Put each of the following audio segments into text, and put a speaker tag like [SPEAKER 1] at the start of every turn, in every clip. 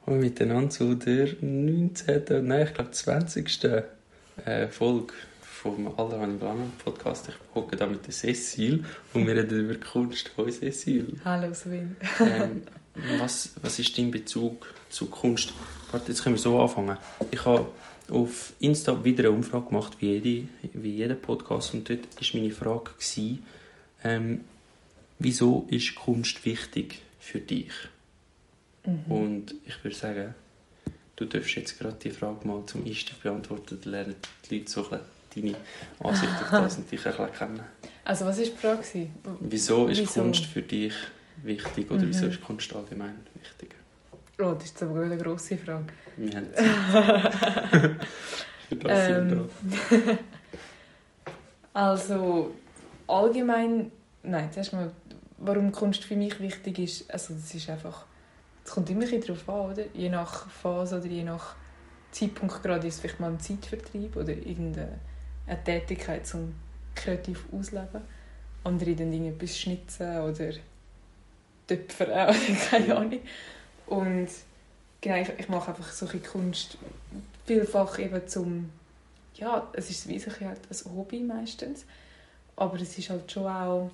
[SPEAKER 1] Hallo miteinander zu der 19., nein, ich glaube 20. Folge vom «Allerhand Podcast». Ich hocke da mit der Cecile und wir reden über Kunst. Hallo Cecile.
[SPEAKER 2] Hallo Sven.
[SPEAKER 1] Was ist dein Bezug zu Kunst? Warte, jetzt können wir so anfangen. Ich habe auf Insta wieder eine Umfrage gemacht, wie jeder Podcast. Und dort war meine Frage, wieso ist Kunst wichtig für dich? Und ich würde sagen, du darfst jetzt gerade die Frage mal zum Einstieg beantworten. Dann lernen die Leute so ein bisschen deine Ansicht auf das und dich ein bisschen kennen.
[SPEAKER 2] Also was war die Frage?
[SPEAKER 1] Wieso ist Kunst für dich wichtig oder wieso ist Kunst allgemein wichtig?
[SPEAKER 2] Oh, das ist aber eine grosse Frage.
[SPEAKER 1] Wir haben Zeit. Für das sind wir da.
[SPEAKER 2] Also allgemein, nein, zuerst mal, warum Kunst für mich wichtig ist, also das ist einfach, es kommt immer ein bisschen darauf an, oder? Je nach Phase oder je nach Zeitpunkt gerade ist es vielleicht mal ein Zeitvertreib oder irgendeine Tätigkeit zum kreativ ausleben. Andere dann irgendetwas schnitzen oder töpfern oder keine Ahnung. Und genau, ich mache einfach solche Kunst vielfach eben zum, ja, es ist wie sich halt ein Hobby meistens, aber es ist halt schon auch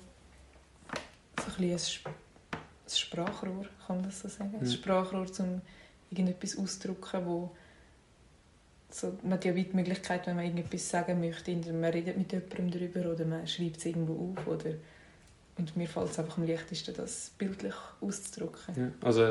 [SPEAKER 2] so ein bisschen ein Sprachrohr, kann man das so sagen? Ein Sprachrohr, um irgendetwas auszudrücken, wo so, man hat ja weit die Möglichkeit, wenn man irgendetwas sagen möchte, man redet mit jemandem darüber oder man schreibt es irgendwo auf. Oder, und mir fällt es einfach am leichtesten, das bildlich auszudrücken.
[SPEAKER 1] Ja, also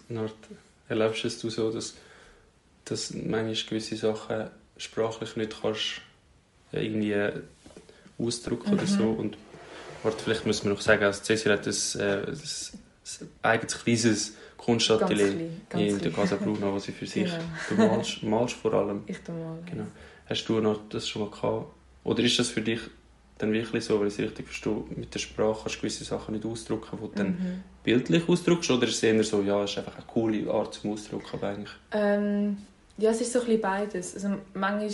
[SPEAKER 1] erlebst du so, dass manchmal gewisse Sachen sprachlich nicht kannst irgendwie ausdrücken oder so. Und vielleicht müssen wir noch sagen, also Cecile hat ein eigenes kleines Kunstatelier in der Casa Bruna, wo sie für sich
[SPEAKER 2] genau.
[SPEAKER 1] Du malst vor allem.
[SPEAKER 2] Ich mal.
[SPEAKER 1] Genau. Hast du noch das schon mal gehabt? Oder ist das für dich dann wirklich so, weil ich es richtig verstehe, mit der Sprache kannst du gewisse Sachen nicht ausdrücken, die du dann bildlich ausdrückst? Oder ist es eher so, ja, es ist einfach eine coole Art zum Ausdrücken, aber eigentlich?
[SPEAKER 2] Ja, es ist so ein bisschen beides. Also manchmal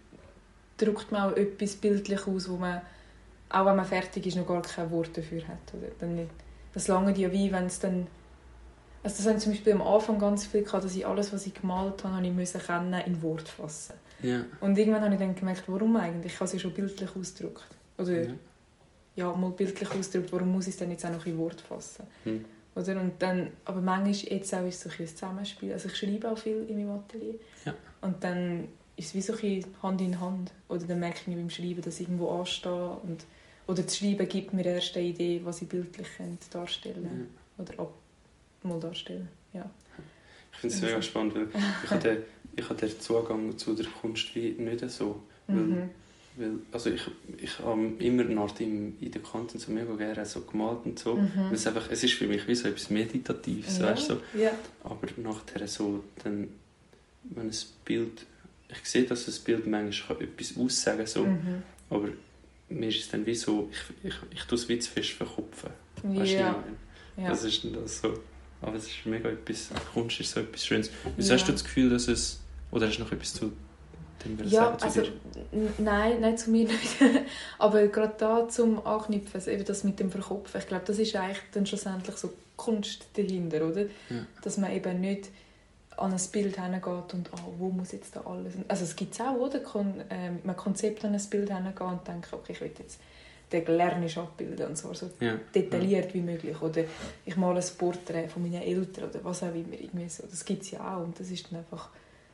[SPEAKER 2] drückt man auch etwas bildlich aus, wo man, auch wenn man fertig ist, noch gar kein Wort dafür hat. Oder dann nicht. Das lange ja wie, wenn es dann... Also das haben zum Beispiel am Anfang ganz viel gehabt, dass ich alles, was ich gemalt habe, ich musste in Wort fassen.
[SPEAKER 1] Ja.
[SPEAKER 2] Und irgendwann habe ich dann gemerkt, warum eigentlich? Ich habe es ja schon bildlich ausgedrückt. Oder ja, mal bildlich ausgedrückt, warum muss ich es dann jetzt auch noch in Wort fassen? Oder? Und dann, aber manchmal jetzt auch ist es so ein Zusammenspiel. Also ich schreibe auch viel in meinem Atelier. Ja. Und dann ist es wie so ein Hand in Hand. Oder dann merke ich beim Schreiben, dass ich irgendwo anstehe. Oder das Schreiben gibt mir erst eine Idee, was ich bildlich darstellen könnte. Oder mal darstellen. Ja.
[SPEAKER 1] Ich finde es mega spannend, weil ich habe den Zugang zu der Kunst wie nicht so. Weil, also ich habe immer in der Kanten so mega gerne so gemalt und so. Es ist für mich wie so etwas Meditatives, weißt du? So.
[SPEAKER 2] Ja.
[SPEAKER 1] Aber nachher so, dann, wenn ein Bild... Ich sehe, dass ein Bild manchmal etwas aussagen kann, so, aber mir ist es dann wie so, ich tue es wie zu fest verkopfen. Weißt du, das ist dann das so. Aber es ist mega etwas, Kunst ist so etwas Schönes. Wieso hast du das Gefühl, dass es... Oder hast du noch etwas zu dem sagen zu dir?
[SPEAKER 2] Nein, zu mir nicht. Aber gerade da zum Anknüpfen, also eben das mit dem Verkopfen, ich glaube, das ist eigentlich dann schlussendlich so Kunst dahinter, oder? Ja. Dass man eben nicht an ein Bild hingeht und wo muss jetzt da alles... Also es gibt es auch, oder? Man Konzept an ein Bild hingehen und denkt, okay, ich will jetzt den Lernisch abbilden und zwar so detailliert wie möglich. Oder ich male ein Porträt von meinen Eltern oder was auch immer. Irgendwie so. Das gibt es ja auch und das ist dann einfach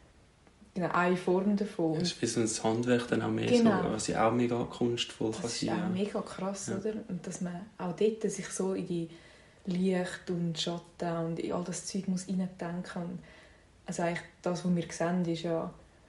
[SPEAKER 2] eine Form davon.
[SPEAKER 1] Das ist wie so ein Handwerk dann auch mehr, so, was ja auch mega kunstvoll kann sein.
[SPEAKER 2] Das ist auch mega krass, oder? Und dass man auch dort sich so in die Licht und Schatten und in all das Zeug muss reindenken muss. Also eigentlich das, was wir sehen, ist ja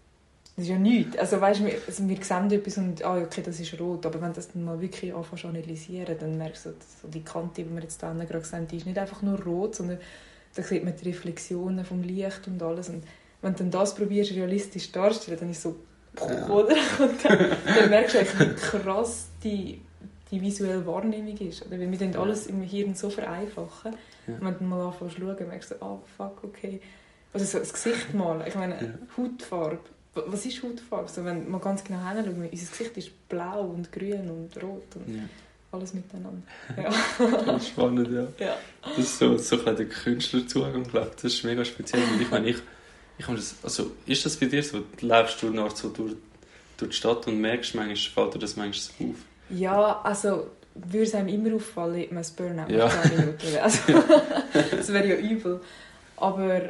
[SPEAKER 2] nichts. Also weißt, wir sehen etwas und okay, das ist rot. Aber wenn du das dann mal wirklich anfängst zu analysieren, dann merkst du, so die Kante, die wir jetzt hier gerade sehen, die ist nicht einfach nur rot, sondern da sieht man die Reflexionen vom Licht und alles. Und wenn du dann das probierst, realistisch darzustellen, dann ist es so, oder? Und dann merkst du eigentlich, wie krass die visuelle Wahrnehmung ist. Oder? Weil wir dann alles im Hirn so vereinfachen. Und wenn du mal anfängst zu schauen, merkst du, fuck, okay. Also so das Gesicht malen, ich meine, Hautfarbe. Was ist Hautfarbe? So, wenn man ganz genau hinschaut, unser Gesicht ist blau und grün und rot. Und alles miteinander. Ja.
[SPEAKER 1] Das ist spannend, ja.
[SPEAKER 2] Ja.
[SPEAKER 1] Das ist so ein bisschen der Künstlerzugang, glaube ich. Das ist mega speziell. Und ich meine, ich habe das, also, ist das bei dir so? Läufst du noch so durch die Stadt und merkst manchmal, fällt dir das manchmal so auf?
[SPEAKER 2] Ja, also würde es einem immer auffallen, hätte man ein Burnout
[SPEAKER 1] Ja.
[SPEAKER 2] nach 10 Minuten. Also, das wäre ja übel. Aber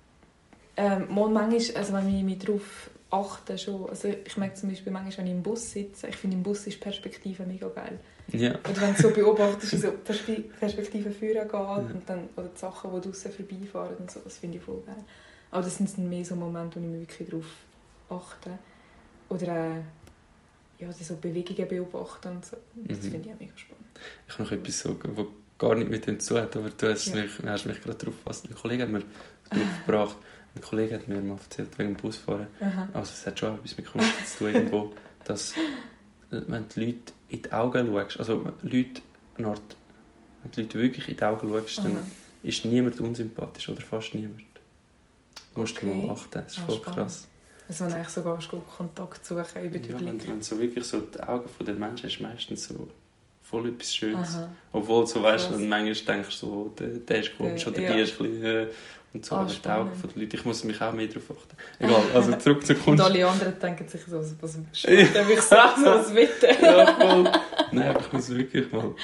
[SPEAKER 2] manchmal, also wenn ich mich darauf achte, schon, also ich merke zum Beispiel manchmal, wenn ich im Bus sitze, ich finde, im Bus ist die Perspektive mega geil.
[SPEAKER 1] Ja.
[SPEAKER 2] Oder wenn du so beobachtest, wie so die Perspektive führen geht und dann, oder die Sachen, die draussen vorbeifahren und so, das finde ich voll geil. Aber das sind dann mehr so Momente, wo ich mich wirklich darauf achte. Oder so Bewegungen beobachten und so. Das finde ich auch mega spannend.
[SPEAKER 1] Ich habe noch etwas, so, was gar nicht mit dem zu tun hat, aber du hast mich gerade darauf gefasst. Ein Kollege hat mir draufgebracht. Ein Kollege hat mir mal erzählt, wegen dem Busfahren.
[SPEAKER 2] Aha.
[SPEAKER 1] Also es hat schon etwas mit Kunst zu tun, irgendwo, dass wenn die Leute in die Augen schaust, also wenn die Leute wirklich in die Augen schaust, dann ist niemand unsympathisch oder fast niemand. Du musst du mal achten, das ist voll
[SPEAKER 2] spannend.
[SPEAKER 1] krass.
[SPEAKER 2] Also wenn ich sogar Kontakt suchen über die
[SPEAKER 1] Ja,
[SPEAKER 2] Blicke.
[SPEAKER 1] wenn so wirklich so die Augen der Menschen ist meistens so voll etwas Schönes.
[SPEAKER 2] Aha.
[SPEAKER 1] Obwohl so, weißt du, manchmal denkst du so, der ist komisch oder
[SPEAKER 2] ja.
[SPEAKER 1] die ist ein bisschen und so. Aber die
[SPEAKER 2] spannend.
[SPEAKER 1] Augen der Leute, ich muss mich auch mehr darauf achten. Egal, also zurück zur Kunst.
[SPEAKER 2] Und alle anderen denken sich so, was schmeckt der mich so, was Witte.
[SPEAKER 1] Ja, voll. Nein, aber ich muss wirklich mal...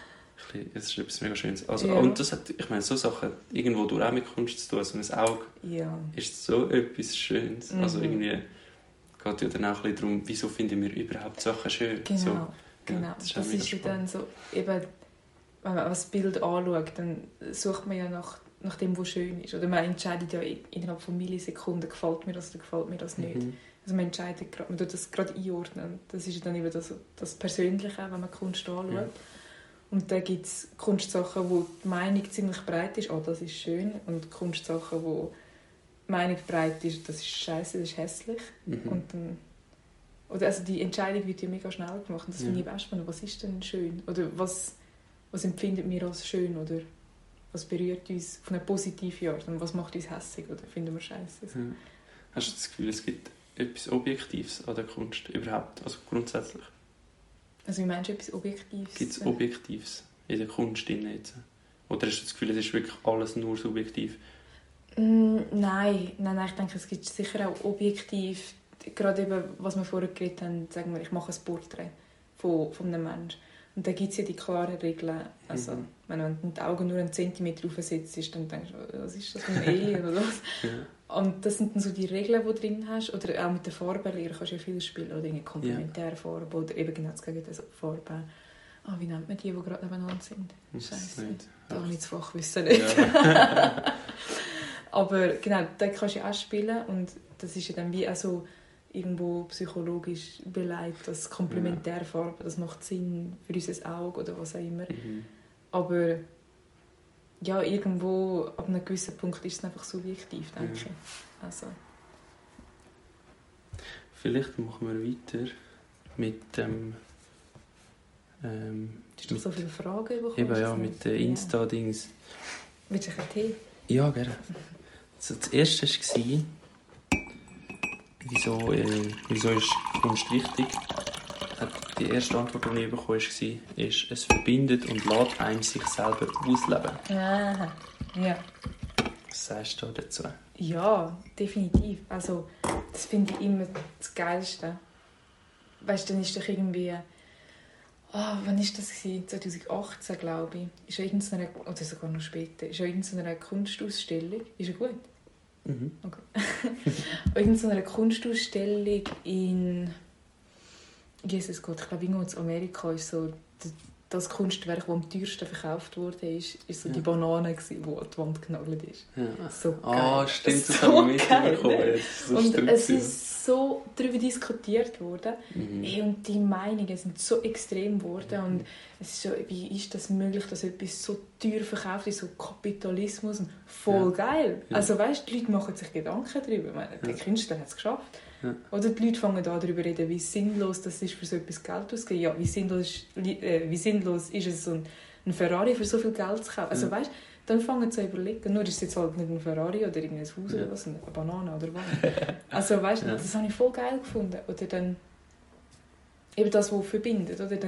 [SPEAKER 1] Es ist etwas mega Schönes. Also,
[SPEAKER 2] Ja.
[SPEAKER 1] Und das hat, ich meine, so Sachen irgendwo durch auch mit Kunst zu tun. So ein Auge ist so etwas Schönes. Also irgendwie geht ja dann auch ein bisschen darum, wieso finden wir überhaupt Sachen schön.
[SPEAKER 2] Genau,
[SPEAKER 1] so,
[SPEAKER 2] genau.
[SPEAKER 1] Das
[SPEAKER 2] Das ist ja dann so, eben, wenn man das Bild anschaut, dann sucht man ja nach dem, was schön ist. Oder man entscheidet ja innerhalb von Millisekunden, gefällt mir das oder gefällt mir das nicht. Also man entscheidet gerade, man tut das gerade einordnen. Das ist dann eben das Persönliche, wenn man Kunst anschaut. Ja. Und dann gibt es Kunstsachen, wo die Meinung ziemlich breit ist, das ist schön. Und Kunstsachen, wo die Meinung breit ist, das ist scheiße, das ist hässlich. Und dann, also die Entscheidung wird ja mega schnell gemacht. Und das finde ich auch spannend. Was ist denn schön? Oder was empfinden wir als schön? Oder was berührt uns auf eine positive Art? Und was macht uns hässlich? Oder finden wir scheiße?
[SPEAKER 1] Ja. Hast du das Gefühl, es gibt etwas Objektives an der Kunst überhaupt? Also grundsätzlich?
[SPEAKER 2] Also wie meinst du etwas Objektives?
[SPEAKER 1] Gibt es Objektives in der Kunst jetzt? Oder hast du das Gefühl, es ist wirklich alles nur subjektiv?
[SPEAKER 2] Nein, ich denke, es gibt sicher auch objektiv, gerade eben, was wir vorher geredet haben, sagen wir, ich mache ein Porträt von einem Menschen. Und da gibt es ja die klaren Regeln. Also, wenn du mit den Augen nur einen Zentimeter aufsetzt, dann denkst du, was ist das für ein Alien oder was? Ja. Und das sind dann so die Regeln, die du drin hast. Oder auch mit der Farbenlehre kannst du ja viel spielen. Oder eine Komplementärfarbe oder eben genau das Gegenteil, also Farben. Wie nennt man die gerade nebeneinander sind? Scheiße. Da habe ich das Fachwissen nicht. Ja. Aber genau, da kannst du ja auch spielen. Und das ist ja dann wie auch so irgendwo psychologisch beleidigt, dass Komplementärfarben, das macht Sinn für unser Auge oder was auch immer. Aber ja, irgendwo ab einem gewissen Punkt ist es einfach subjektiv, denke ich. Also.
[SPEAKER 1] Vielleicht machen wir weiter mit dem...
[SPEAKER 2] Du hast doch so viele Fragen bekommen.
[SPEAKER 1] Eben ja, mit den Insta-Dings.
[SPEAKER 2] Willst du einen Tee?
[SPEAKER 1] Ja, gerne. Also das erste war, wieso ist Kunst wichtig? Die erste Antwort, die ich bekommen habe, ist, es verbindet und lässt einem sich selber ausleben.
[SPEAKER 2] Aha. Ja.
[SPEAKER 1] Was sagst du dazu?
[SPEAKER 2] Ja, definitiv. Also, das finde ich immer das Geilste. Weißt du, dann ist doch irgendwie... wann war das? 2018, glaube ich. Ist ja irgendeine, oder sogar noch später. Ist ja irgendeine Kunstausstellung. Ist ja gut? Okay. Irgendeine Kunstausstellung in... Jesus Gott, ich glaube, irgendwo in Amerika ist so... Das Kunstwerk, das am teuersten verkauft wurde, ist so die Banane, die an die Wand genagelt ist. Ja. So geil.
[SPEAKER 1] Stimmt, das haben wir mitbekommen.
[SPEAKER 2] So und es ist so darüber diskutiert worden. Und die Meinungen sind so extrem geworden. Und es ist so, wie ist das möglich, dass etwas so teuer verkauft ist, so Kapitalismus. Und voll geil. Ja. Also weißt, die Leute machen sich Gedanken darüber. Ich meine, der Künstler hat es geschafft. Ja. Oder die Leute fangen an darüber zu reden, wie sinnlos das ist, für so etwas Geld auszugeben. Ja, wie sinnlos ist es, so ein Ferrari für so viel Geld zu kaufen. Also weißt, dann fangen sie an zu überlegen. Nur ist es jetzt halt nicht ein Ferrari oder irgendein Haus oder was, eine Banane oder was. Also weißt, das habe ich voll geil gefunden. Oder dann eben das, was verbindet. Oder dann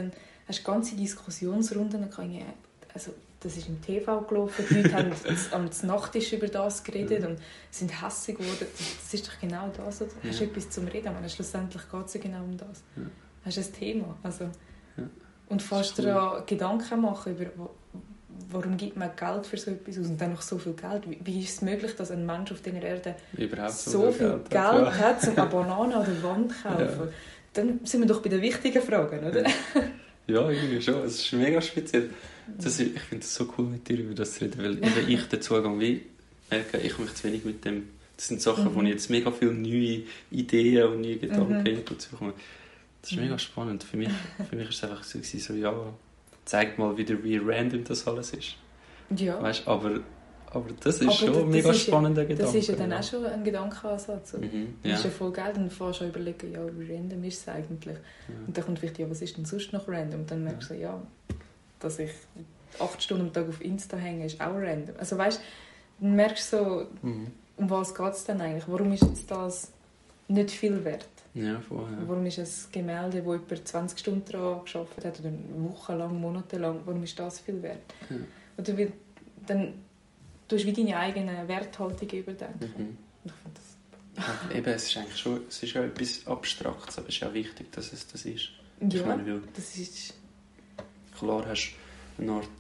[SPEAKER 2] hast ganze Diskussionsrunden gehabt. Also, das ist im TV gelaufen, die Leute haben am Nachttisch über das geredet und sind hässig geworden. Das ist doch genau das. Oder? Hast du etwas zum Reden? Aber schlussendlich geht es ja genau um das.
[SPEAKER 1] Ja.
[SPEAKER 2] Hast du ein Thema? Also,
[SPEAKER 1] Ja.
[SPEAKER 2] und fast
[SPEAKER 1] cool.
[SPEAKER 2] dir Gedanken machen über, warum gibt man Geld für so etwas aus und dann noch so viel Geld. Wie ist es möglich, dass ein Mensch auf dieser Erde
[SPEAKER 1] Überhaupt
[SPEAKER 2] so viel Geld hat, um eine Banane an der Wand zu kaufen? Ja. Dann sind wir doch bei den wichtigen Fragen, oder?
[SPEAKER 1] Ja, irgendwie schon. Es ist mega speziell. Ich finde es so cool, mit dir über das zu reden, weil eben ich den Zugang merke, ich möchte zu wenig mit dem. Das sind Sachen, wo ich jetzt mega viele neue Ideen und neue Gedanken dazu bekomme. Das ist mega spannend. Für mich war es einfach so, ja, zeigt mal wieder, wie random das alles ist.
[SPEAKER 2] Ja.
[SPEAKER 1] Weißt, aber das ist schon ein mega spannender Gedanke.
[SPEAKER 2] Das ist ja dann auch schon ein Gedankenansatz.
[SPEAKER 1] Ja.
[SPEAKER 2] Das ist ja voll geil. Dann fährst du überlegen, ja, wie random ist es eigentlich? Ja. Und dann kommt vielleicht, ja, was ist denn sonst noch random? Und dann merkst du, ja, dass ich 8 Stunden am Tag auf Insta hänge, ist auch random. Also weißt, dann merkst du so, um was geht es denn eigentlich? Warum ist jetzt das nicht viel wert?
[SPEAKER 1] Ja, voll, ja.
[SPEAKER 2] Warum ist ein Gemälde, wo jemand 20 Stunden daran gearbeitet hat, oder wochenlang, monatelang, warum ist das viel wert? Ja. Oder wie, dann tust du wie deine eigene Werthaltung überdenken. Und ich finde das
[SPEAKER 1] ja, eben, es ist ja etwas Abstraktes, aber es ist ja wichtig, dass es das ist.
[SPEAKER 2] Ja,
[SPEAKER 1] ich meine,
[SPEAKER 2] das ist...
[SPEAKER 1] Klar hast du eine Art...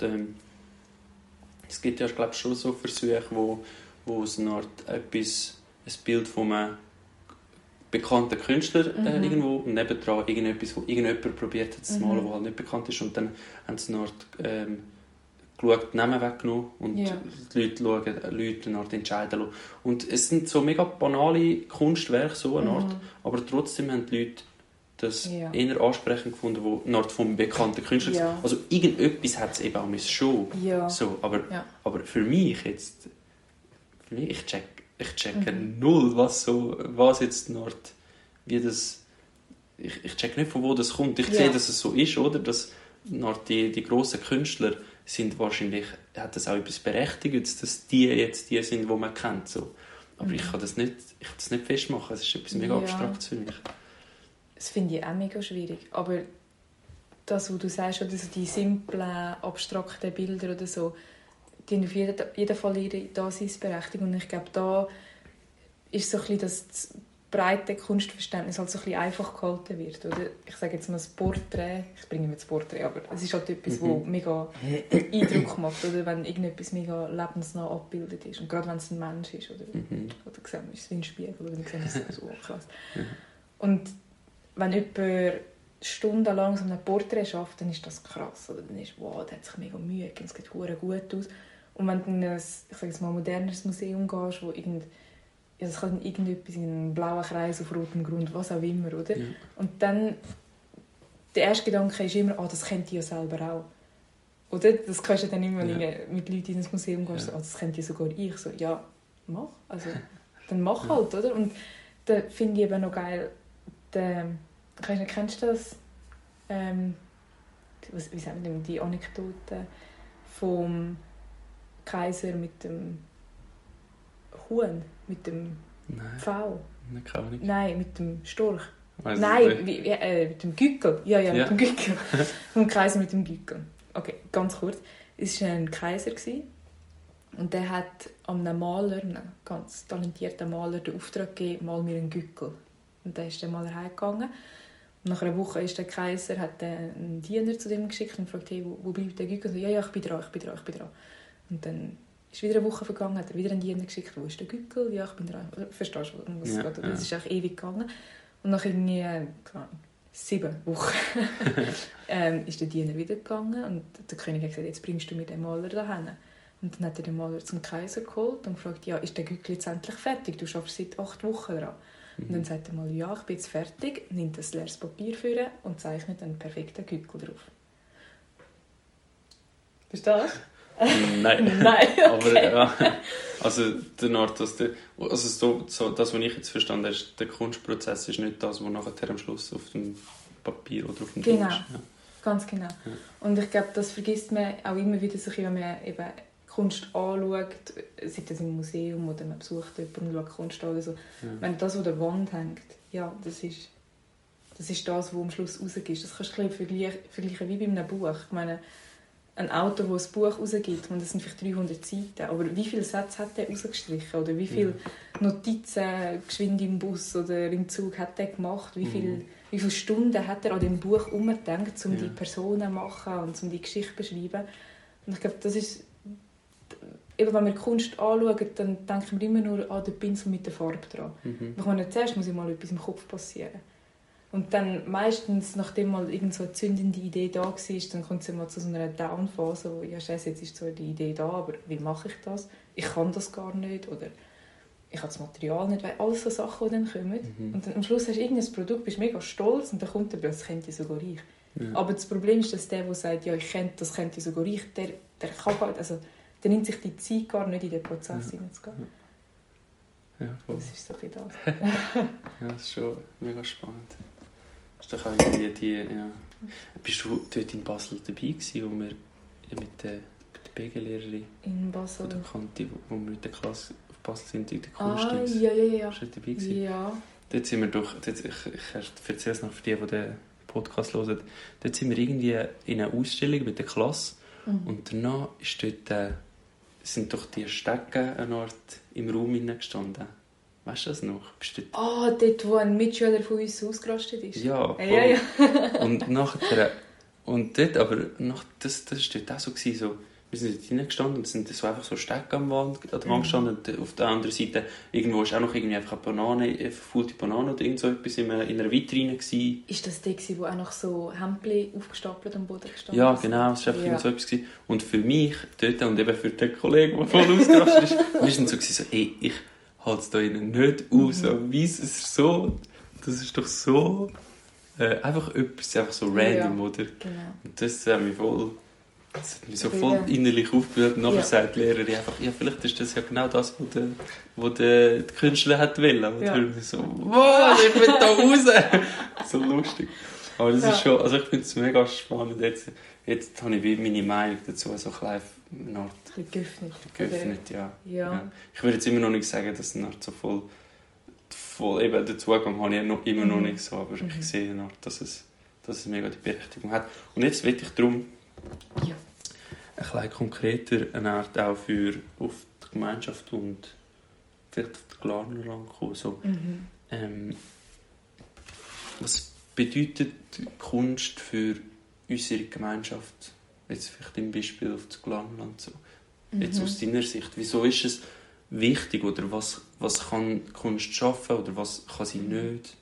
[SPEAKER 1] es gibt ja, glaube ich, schon so Versuche, wo es eine Art ein Bild von einem bekannten Künstler irgendwo und nebendran irgendetwas, wo irgendjemand probiert hat zu malen, das halt nicht bekannt ist, und dann haben sie eine Art geschaut, die Namen weggenommen und die Leute eine Art entscheiden lassen. Und es sind so mega banale Kunstwerke, so eine Art, aber trotzdem haben die Leute das eher ansprechend gefunden, wo eine Art vom bekannten Künstler ist. Also irgendetwas hat es eben auch schon. Ja. So, aber für mich jetzt, ich checke null, was jetzt eine Art, wie das, ich checke nicht, von wo das kommt. Ich sehe, dass es so ist, oder? Dass eine Art die grossen Künstler sind wahrscheinlich, hat das auch etwas Berechtigtes, dass die jetzt die sind, die man kennt. So. Aber ich kann das nicht festmachen. Es ist etwas mega Abstraktes für mich.
[SPEAKER 2] Das finde ich auch mega schwierig. Aber das, was du sagst, oder so die simplen, abstrakten Bilder oder so, die haben auf jeden Fall ihre Daseinsberechtigung. Und ich glaube, da ist so ein bisschen das breite Kunstverständnis halt so ein bisschen einfach gehalten wird. Oder? Ich sage jetzt mal das Porträt, ich bringe mir das Porträt, aber es ist halt etwas, das mega Eindruck macht, oder? Wenn irgendetwas mega lebensnah abgebildet ist. Und gerade wenn es ein Mensch ist. Oder sehen, ist es wie ein Spiegel, oder dann sehen es so krass. Und wenn jemand stundenlang so ein Porträt schafft, dann ist das krass. Oder? Dann ist, wow, der hat sich mega Mühe gegeben, es sieht verdammt gut aus. Und wenn du in ein, ich sage jetzt mal, modernes Museum gehst, wo es kann irgendetwas in einem blauen Kreis auf rotem Grund, was auch immer, oder? Ja. Und dann, der erste Gedanke ist immer, das kennt ihr ja selber auch. Oder? Das kannst du dann immer mit Leuten in ein Museum gehen, so, das kennt ja sogar ich. So, ja, mach. Also, dann mach halt, oder? Und da finde ich eben noch geil, kennst du das? Wie sagen wir die Anekdote vom Kaiser mit dem Huhn, mit dem Pfau? Nein, mit dem Storch. Mit dem Gückel. Ja, mit dem Gückel. Vom Kaiser mit dem Gückel. Okay, ganz kurz. Es war ein Kaiser und der hat einem Maler, einem ganz talentierten Maler, den Auftrag gegeben, mal mir einen Gückel. Und dann ist der Maler heimgegangen. Und nach einer Woche ist der Kaiser, hat einen Diener zu dem geschickt und fragt, hey, wo bleibt der Gückel? Und so, ja, ich bin dran. Und dann ist wieder eine Woche vergangen, hat er wieder einen Diener geschickt, wo ist der Gückel? Ja, ich bin dran. Verstehst du, was es geht? Das ist echt ewig gegangen. Und nach irgendwie 7 Wochen ist der Diener wieder gegangen und der König hat gesagt, jetzt bringst du mir den Maler dahin. Und dann hat er den Maler zum Kaiser geholt und gefragt, ja, ist der Gückel jetzt endlich fertig? Du schaffst seit 8 Wochen dran. Und dann sagt er mal, ja, ich bin jetzt fertig, nimmt ein leeres Papier vor und zeichnet einen perfekten Gückel drauf. Verstehst du?
[SPEAKER 1] Nein.
[SPEAKER 2] Nein, okay.
[SPEAKER 1] Aber also der Art, das, was ich jetzt verstanden habe, der Kunstprozess ist nicht das, was nachher am Schluss auf dem Papier oder auf dem
[SPEAKER 2] Tisch ist. Genau, ganz genau. Ja. Und ich glaube, das vergisst man auch immer wieder, wenn man eben Kunst anschaut, sei das im Museum oder man besucht jemanden und schaut Kunst an oder so. Ja. Wenn das an der Wand hängt, ja, das ist Das ist das, was am Schluss rausgeht. Das kannst du ein bisschen vergleichen wie bei einem Buch. Ich meine, ein Autor, das ein Buch rausgibt, und das sind vielleicht 300 Seiten, aber wie viele Sätze hat er rausgestrichen? Oder wie viele Notizen geschwind im Bus oder im Zug hat er gemacht? Wie viele Stunden hat er an dem Buch umgedacht, um die Personen zu machen und um die Geschichte zu beschreiben? Und ich glaube, das ist... Eben, wenn wir Kunst anschauen, dann denken wir immer nur an den Pinsel mit der Farbe dran. Ich meine, zuerst muss mal etwas im Kopf passieren. Und dann meistens, nachdem mal irgend so eine zündende Idee da war, dann kommt es mal zu so einer Down-Phase, wo, ja scheiße, jetzt ist so die Idee da, aber wie mache ich das? Ich kann das gar nicht oder ich habe das Material nicht, weil alles so Sachen, die dann kommen. Und dann am Schluss hast du irgendein Produkt, bist mega stolz und dann kommt der, das könnte sogar ich. Ja. Aber das Problem ist, dass der sagt, ja, das könnte sogar ich, der kann halt, also der nimmt sich die Zeit gar nicht, in den Prozess hineinzugehen.
[SPEAKER 1] Ja, voll.
[SPEAKER 2] Das ist so viel das.
[SPEAKER 1] Ja, das ist schon mega spannend. Ist doch auch irgendwie Bist du dort in Basel dabei gewesen, wo wir mit der BG-Lehrerin
[SPEAKER 2] in Basel,
[SPEAKER 1] der Kante, wo wir mit der Klasse auf Basel sind, in der Kunstdienst?
[SPEAKER 2] Ja.
[SPEAKER 1] Bist du dabei gewesen?
[SPEAKER 2] Ja.
[SPEAKER 1] Dort sind wir ich erzähle es noch für die den Podcast hören. Dort sind wir irgendwie in einer Ausstellung mit der Klasse und danach ist dort, sind doch die Stecken eine Art im Raum gestanden. Weißt du das noch?
[SPEAKER 2] Dort, wo ein Mitschüler von uns ausgerastet ist?
[SPEAKER 1] Ja, voll.
[SPEAKER 2] Ja.
[SPEAKER 1] Und nachher... Und dort, aber das war dort auch so, wir sind dort hineingestanden und es sind so einfach so Stecken an der Wand gestanden und auf der anderen Seite irgendwo war auch noch irgendwie einfach eine verfaulte Banane oder irgend so etwas in einer Vitrine gewesen. Ist
[SPEAKER 2] das der, wo auch noch so Hemdchen aufgestapelt am Boden gestanden
[SPEAKER 1] Ja, genau, es war einfach irgend so etwas gewesen. Und für mich dort und eben für den Kollegen, der voll ausgerastet ist, wir sind so, ich halte es da innen nicht aus, wie ist es so, das ist doch so... einfach etwas, einfach so random, oder?
[SPEAKER 2] Genau.
[SPEAKER 1] Und das hat mich so voll innerlich aufgewühlt. Und nachher sagt die Lehrerin einfach, ja, vielleicht ist das ja genau das, was der Künstler hat wollen. Und dann so, wow, ich will da raus! So lustig. Aber das ist schon, also ich finde es mega spannend. Jetzt habe ich wie meine Meinung dazu so ein bisschen geöffnet. Ja. Ich würde jetzt immer noch nicht sagen, dass es so voll eben den Zugang habe ich immer noch nicht so, aber ich sehe, dass es mega die Berechtigung hat. Und jetzt will ich darum ein bisschen konkreter eine Art auch auf die Gemeinschaft und vielleicht auf die Glarnerland kommen. So, was bedeutet Kunst für unsere Gemeinschaft? Jetzt vielleicht im Beispiel auf das Glarnerland so. Jetzt aus deiner Sicht, wieso ist es wichtig oder was kann Kunst schaffen oder was kann sie nicht?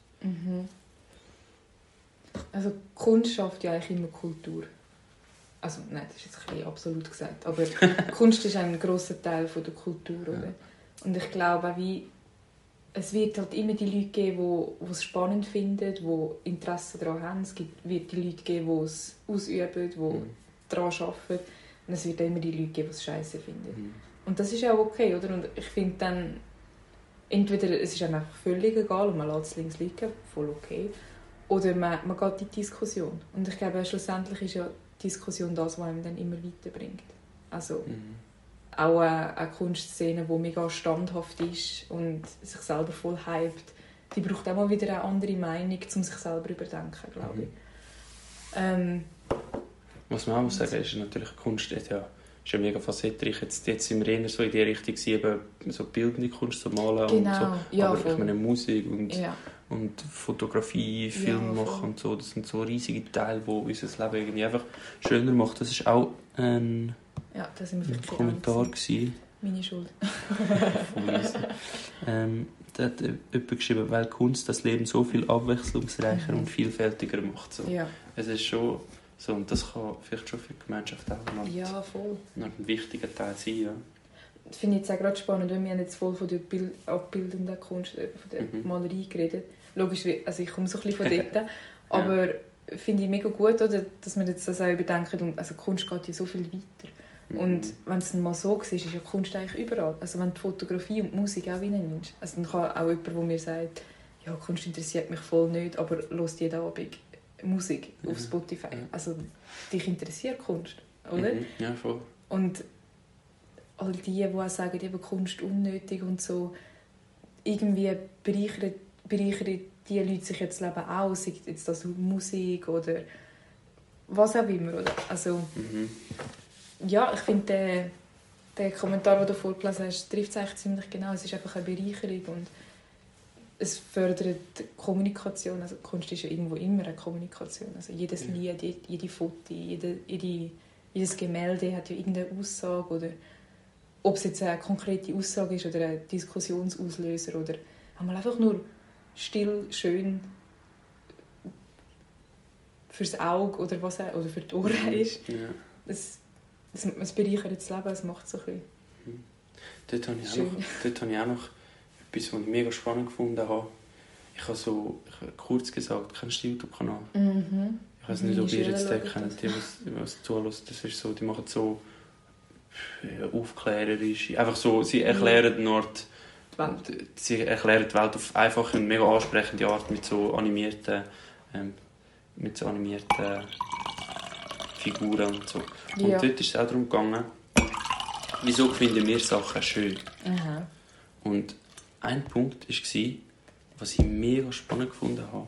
[SPEAKER 2] Also Kunst schafft ja eigentlich immer Kultur. Also nein, das ist jetzt ein bisschen absolut gesagt, aber Kunst ist ein grosser Teil von der Kultur, oder? Ja. Und ich glaube auch, es wird halt immer die Leute geben, die es spannend finden, die Interesse daran haben. Es wird die Leute geben, die es ausüben, die daran arbeiten. Und es wird auch immer die Leute geben, die es scheiße finden. Und das ist auch okay, oder? Und ich finde dann, entweder es ist einem einfach völlig egal und man lässt es links liegen, voll okay, oder man geht in die Diskussion. Und ich glaube, schlussendlich ist ja die Diskussion das, was einem dann immer weiterbringt. Also auch eine Kunstszene, die mega standhaft ist und sich selber voll hypt, die braucht auch mal wieder eine andere Meinung, um sich selber zu überdenken, glaube ich.
[SPEAKER 1] Was man auch muss sagen, ist natürlich Kunst ist ja mega facettenreich. Jetzt sind wir eher so in die Richtung, eben so bildende Kunst, so malen und so.
[SPEAKER 2] Ja,
[SPEAKER 1] aber
[SPEAKER 2] voll.
[SPEAKER 1] Ich meine Musik und Fotografie, Film machen und so, das sind so riesige Teile, die unser Leben irgendwie einfach schöner machen. Das war auch ein Kommentar gewesen.
[SPEAKER 2] Meine Schuld.
[SPEAKER 1] Da hat jemand geschrieben, weil Kunst das Leben so viel abwechslungsreicher und vielfältiger macht. So. Ja. Es ist schon so, und das kann vielleicht schon für die Gemeinschaft auch noch ein wichtiger Teil sein. Ja.
[SPEAKER 2] Das finde ich jetzt auch gerade spannend, weil wir haben jetzt voll von der abbildenden Kunst, von der Malerei geredet. Logisch, also ich komme so ein bisschen von dort, aber finde ich mega gut, oder, dass wir jetzt das auch überdenken. Und, also Kunst geht ja so viel weiter. Und wenn es dann mal so ist, ist ja Kunst eigentlich überall. Also wenn du Fotografie und Musik auch reinnimmst. Also dann kann auch jemand, der mir sagt, ja, Kunst interessiert mich voll nicht, aber hört jeden Abend Musik auf Spotify. Also dich interessiert Kunst, oder?
[SPEAKER 1] Ja, voll.
[SPEAKER 2] Und all die auch sagen, eben Kunst unnötig und so, irgendwie bereichert bereichern die Leute sich jetzt das Leben auch, sei jetzt das Musik oder was auch immer. Oder? Also, ja, ich finde, der Kommentar, den du vorgelesen hast, trifft es eigentlich ziemlich genau. Es ist einfach eine Bereicherung und es fördert die Kommunikation. Also Kunst ist ja irgendwo immer eine Kommunikation. Also jedes Lied, jede Foto, jedes Gemälde hat ja irgendeine Aussage. Oder ob es jetzt eine konkrete Aussage ist oder ein Diskussionsauslöser oder einmal einfach nur still, schön fürs Auge oder was oder für die Ohren ist. Ja. Es bereichert das Leben, es macht so ein bisschen.
[SPEAKER 1] Dort habe ich auch noch etwas, was ich mega spannend gefunden habe. Ich habe kurz gesagt, kennst du den YouTube-Kanal? Mhm. Ich weiß nicht, ob ihr jetzt den kennt, was zuhört. Das ist so, die machen so aufklärerisch. Einfach so, sie erklären die Welt. Sie erklären die Welt auf einfache und mega ansprechende Art mit so animierten Figuren und so. Und dort ist es auch darum gegangen, wieso finden wir Sachen schön. Aha. Und ein Punkt war, was ich mega spannend gefunden habe.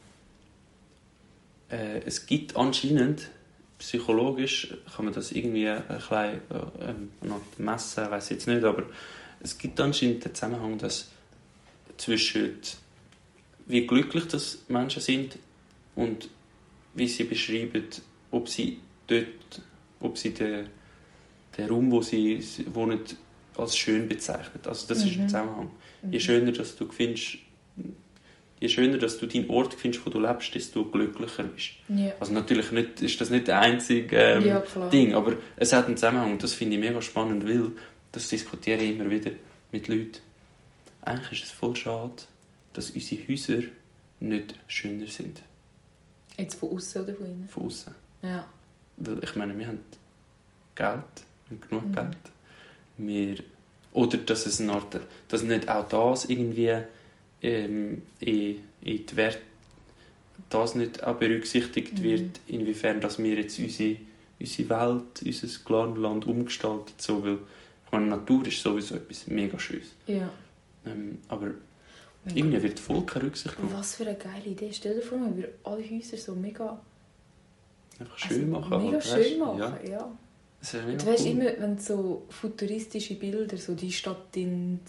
[SPEAKER 1] Es gibt anscheinend, psychologisch kann man das irgendwie ein bisschen messen, weiß ich jetzt nicht, aber es gibt anscheinend den Zusammenhang, dass zwischen wie glücklich das Menschen sind und wie sie beschreiben, ob sie den Raum, wo sie wohnen, als schön bezeichnen. Also das ist ein Zusammenhang. Je schöner, dass du deinen Ort findest, wo du lebst, desto glücklicher bist. Ja. Also natürlich ist das nicht der einzige Ding, aber es hat einen Zusammenhang. Das finde ich mega spannend, weil das diskutiere ich immer wieder mit Leuten. Eigentlich ist es voll schade, dass unsere Häuser nicht schöner sind.
[SPEAKER 2] Jetzt von außen oder von innen?
[SPEAKER 1] Von außen.
[SPEAKER 2] Ja.
[SPEAKER 1] Weil ich meine, wir haben Geld, genug Geld. Oder dass es eine Art, dass nicht auch das irgendwie in die Wert, das nicht auch berücksichtigt wird, inwiefern dass wir jetzt unsere Welt, unser Land umgestalten. So, weil ich meine, Natur ist sowieso etwas mega Schönes.
[SPEAKER 2] Ja.
[SPEAKER 1] Aber irgendwie wird voll keine Rücksicht genommen.
[SPEAKER 2] Was für eine geile Idee. Stell dir vor, man würde alle Häuser so mega
[SPEAKER 1] einfach schön machen.
[SPEAKER 2] Mega schön machen, ja.
[SPEAKER 1] Das ist mega
[SPEAKER 2] du weißt
[SPEAKER 1] cool.
[SPEAKER 2] immer, wenn so futuristische Bilder, so die Stadt in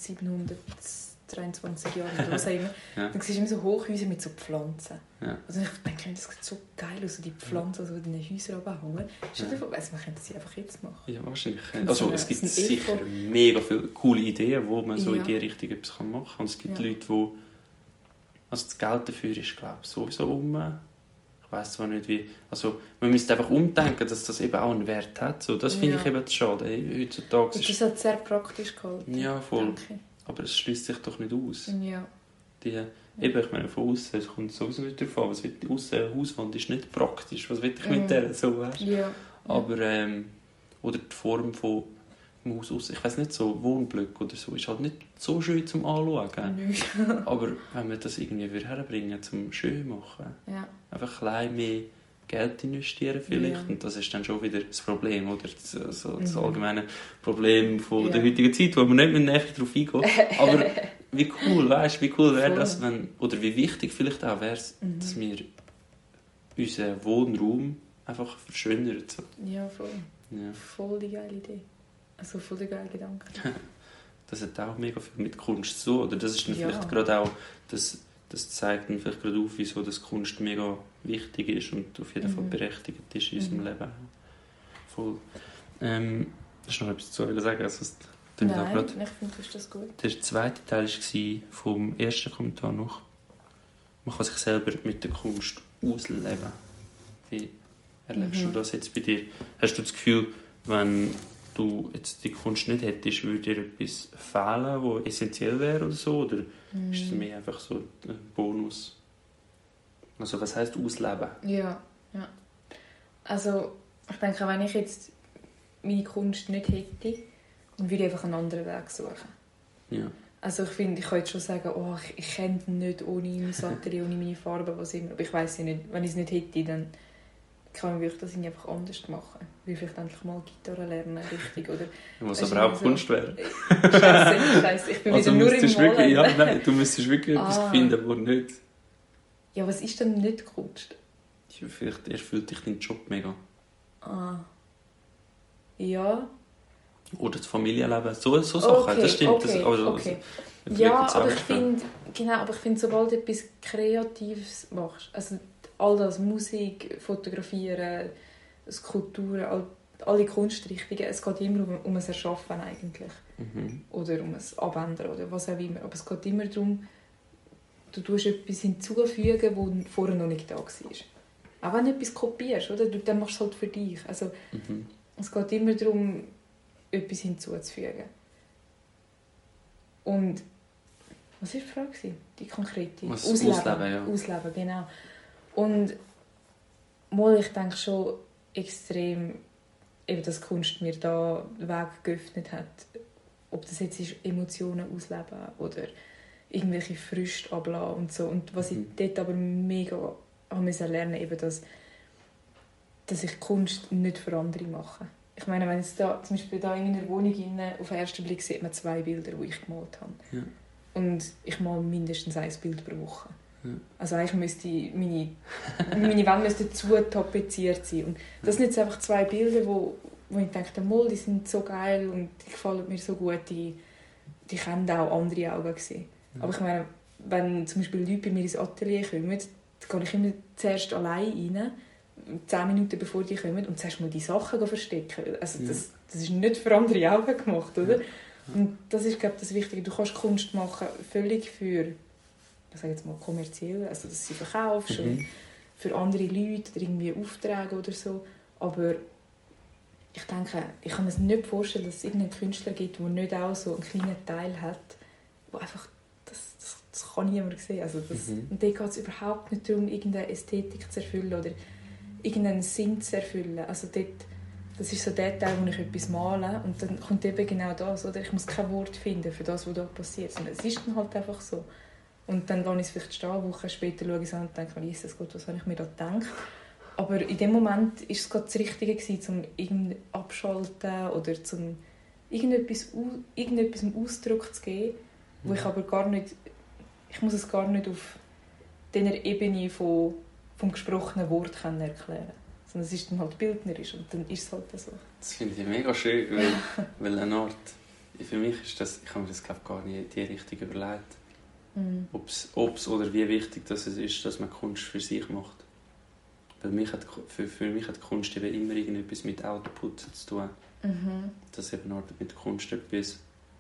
[SPEAKER 2] 723 Jahren oder was auch immer, dann siehst du immer so Hochhäuser mit so Pflanzen. Ja. Also ich denke, das sieht so geil aus, so die Pflanzen, die in den Häusern runterhängen. Stell dir vor, man könnte sie einfach jetzt machen.
[SPEAKER 1] Ja, wahrscheinlich. Also es gibt sicher mega viele coole Ideen, wo man so in die Richtung etwas machen kann. Und es gibt Leute, die... Also das Geld dafür ist, glaube ich, sowieso Ich weiss zwar nicht wie... Also man müsste einfach umdenken, dass das eben auch einen Wert hat. So, das finde ich eben schade. Heutzutage
[SPEAKER 2] ist... Das hat sehr praktisch gehalten.
[SPEAKER 1] Ja, voll. Aber es schließt sich doch nicht aus.
[SPEAKER 2] Ja.
[SPEAKER 1] Eben, ich meine, von außen, es kommt sowieso nicht darauf an. Eine Hauswand ist nicht praktisch. Was will ich mit der? So, weißt?
[SPEAKER 2] Ja.
[SPEAKER 1] Aber, oder die Form von dem Haus aus. Ich weiss nicht, so Wohnblöcke oder so ist halt nicht so schön zum Anschauen. Aber wenn wir das irgendwie herbringen zum schön machen, einfach ein bisschen mehr Geld investieren vielleicht, und das ist dann schon wieder das Problem, oder das allgemeine Problem von der heutigen Zeit, wo wir nicht mehr näher darauf eingehen. Aber wie cool wäre das, wenn, oder wie wichtig vielleicht auch wäre es, dass wir unseren Wohnraum einfach verschönern. So.
[SPEAKER 2] Ja, voll. Ja. Voll die geile Idee. Also voll der geile Gedanke.
[SPEAKER 1] Das hat auch mega viel mit Kunst zu tun. Oder das ist dann vielleicht gerade auch, das zeigt dann vielleicht gerade auf, wieso das Kunst mega wichtig ist und auf jeden Fall berechtigt ist in unserem Leben. Voll. Hast du noch etwas zu sagen? Also,
[SPEAKER 2] nein, ich finde, du das gut.
[SPEAKER 1] Der zweite Teil war vom ersten Kommentar noch. Man kann sich selber mit der Kunst ausleben. Wie erlebst du das jetzt bei dir? Hast du das Gefühl, wenn du jetzt die Kunst nicht hättest, würde dir etwas fehlen, was essentiell wäre oder so? Oder ist es mehr einfach so ein Bonus? Also was heisst ausleben?
[SPEAKER 2] Ja. Also ich denke, wenn ich jetzt meine Kunst nicht hätte, dann würde ich einfach einen anderen Weg suchen.
[SPEAKER 1] Ja.
[SPEAKER 2] Also ich finde, ich kann jetzt schon sagen, ich könnte nicht ohne mein Atelier, ohne meine Farben, was immer. Aber ich weiss ja nicht, wenn ich es nicht hätte, dann kann man wirklich das einfach anders machen. Ich will vielleicht endlich mal Gitarre lernen, richtig, oder?
[SPEAKER 1] Was aber auch Kunst wäre.
[SPEAKER 2] Scheiße, ich bin
[SPEAKER 1] also
[SPEAKER 2] wieder nur im Malen.
[SPEAKER 1] Ja, nein, du müsstest wirklich etwas finden, wo nicht...
[SPEAKER 2] Ja, was ist denn nicht Kunst?
[SPEAKER 1] Ja, vielleicht erfüllt dich dein Job mega.
[SPEAKER 2] Ja.
[SPEAKER 1] Oder das Familienleben, so Sachen, das stimmt.
[SPEAKER 2] Okay. Ja, aber ich finde, sobald du etwas Kreatives machst, also all das, Musik, Fotografieren, Skulpturen, alle Kunstrichtungen, es geht immer um ein Erschaffen eigentlich. Oder um ein Abändern oder was auch immer. Aber es geht immer darum, du tust etwas hinzufügen, das vorher noch nicht da war. Auch wenn du etwas kopierst, oder? Dann machst du es halt für dich. Also, es geht immer darum, etwas hinzuzufügen. Und was war die Frage? Die konkrete? Ausleben, genau. Und ich denke schon extrem, eben, dass Kunst mir da den Weg geöffnet hat. Ob das jetzt ist, Emotionen ausleben oder irgendwelche Früchte ablassen und so. Und was ich dort aber mega musste lernen, eben dass ich Kunst nicht für andere mache. Ich meine, wenn jetzt da, zum Beispiel da in meiner Wohnung auf den ersten Blick sieht man 2 Bilder, die ich gemalt habe. Ja. Und ich male mindestens 1 Bild pro Woche. Ja. Also eigentlich müsste meine Wände müssten zu tapeziert sein. Und das sind jetzt einfach 2 Bilder, wo ich denke, die sind so geil und die gefallen mir so gut, die können auch andere Augen sehen. Ja. Aber ich meine, wenn zum Beispiel Leute bei mir ins Atelier kommen, dann gehe ich immer zuerst allein rein, 10 Minuten bevor die kommen, und zuerst mal die Sachen verstecken. Also das ist nicht für andere Augen gemacht, oder? Ja. Und das ist, glaube ich, das Wichtige. Du kannst Kunst machen, völlig für, ich sage jetzt mal kommerziell, also dass sie verkaufst und für andere Leute oder irgendwie Aufträge oder so. Aber ich denke, ich kann mir nicht vorstellen, dass es irgendeinen Künstler gibt, der nicht auch so einen kleinen Teil hat, wo einfach das kann niemand sehen. Also und dort geht es überhaupt nicht darum, irgendeine Ästhetik zu erfüllen oder irgendeinen Sinn zu erfüllen. Also dort, das ist so der Teil, wo ich etwas male und dann kommt eben genau das. Oder? Ich muss kein Wort finden für das, was da passiert. Sondern es ist dann halt einfach so. Und dann lasse ich es vielleicht stehen, Wochen später schaue ich es an und denke, Jesus Gott, was habe ich mir da gedacht? Aber in dem Moment war es gerade das Richtige, um irgendwie abschalten oder um irgendetwas Ausdruck zu geben, wo ich aber gar nicht, ich muss es gar nicht auf dieser Ebene vom gesprochenen Wort erklären können. Sondern es ist dann halt bildnerisch und dann ist es halt so.
[SPEAKER 1] Das finde ich mega schön, weil eine Art, für mich ist das, ich habe mir das glaube gar nicht in die Richtung überlegt, ob es oder wie wichtig das ist, dass man Kunst für sich macht. Weil für mich hat Kunst eben immer irgendetwas mit Output zu tun. Dass eben mit Kunst etwas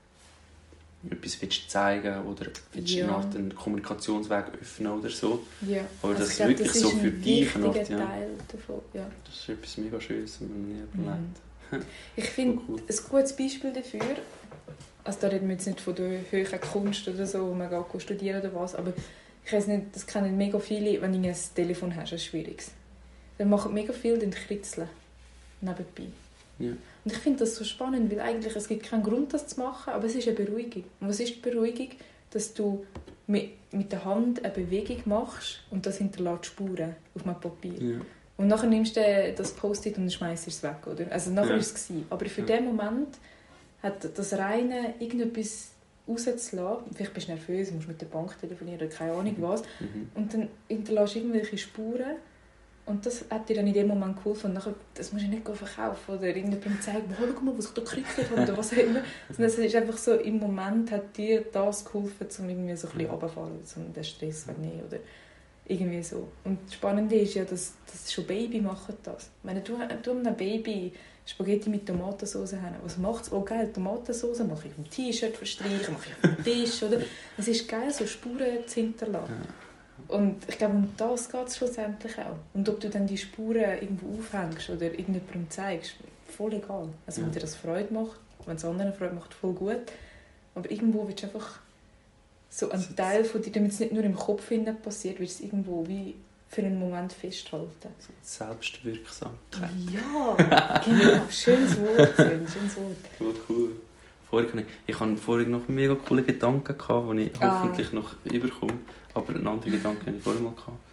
[SPEAKER 1] willst zeigen oder willst einen Kommunikationsweg öffnen oder so. Ja. Aber also das ist wirklich so für dich. Ein Teil davon. Ja. Das ist etwas mega Schönes, was man nie überlegt.
[SPEAKER 2] Ich finde, cool. Ein gutes Beispiel dafür, also da reden wir jetzt nicht von der höheren Kunst oder so, wo man geht studieren oder was, aber ich weiß nicht, das kennen mega viele, wenn du ein Telefon hast, ein schwieriges. Dann machen mega viele den Kritzeln nebenbei. Ja. Und ich finde das so spannend, weil eigentlich es gibt keinen Grund, das zu machen, aber es ist eine Beruhigung. Und was ist die Beruhigung? Dass du mit der Hand eine Bewegung machst und das hinterlässt Spuren auf einem Papier. Ja. Und nachher nimmst du das Post-it und schmeißt es weg, oder? Also nachher ist es gewesen. Aber für den Moment hat das reine irgendetwas rauszulassen, vielleicht bist du nervös, musst mit der Bank telefonieren oder keine Ahnung was, und dann hinterlässt du irgendwelche Spuren. Und das hat dir dann in dem Moment geholfen. Und nachher, das musst du nicht verkaufen oder irgendjemandem zeigen, oh, schau mal, was ich da gekriegt habe oder was auch immer. Sondern es ist einfach so, im Moment hat dir das geholfen, um irgendwie so ein bisschen runterzufahren, um den Stress wegzunehmen oder irgendwie so. Und das Spannende ist ja, dass schon Baby machen das. Ich meine, du einem Baby Spaghetti mit Tomatensauce haben. Was macht es? Oh geil, Tomatensauce mache ich auf dem T-Shirt verstreichen, mache ich auf dem Tisch. Oder? Es ist geil, so Spuren zu hinterlassen. Ja. Und ich glaube, um das geht es schlussendlich auch. Und ob du dann die Spuren irgendwo aufhängst oder irgendjemandem zeigst, voll egal. Also wenn dir das Freude macht, wenn es anderen Freude macht, voll gut. Aber irgendwo willst du einfach so einen Teil von dir, damit es nicht nur im Kopf passiert, willst du es irgendwo wie für einen Moment festhalten.
[SPEAKER 1] Selbstwirksamkeit.
[SPEAKER 2] Ja, genau. Schönes Wort. Schönes Wort.
[SPEAKER 1] Voll cool. Ich hatte vorhin noch mega coole Gedanken, die ich hoffentlich noch überkomme. Aber einen anderen Gedanken hatte ich vorher mal.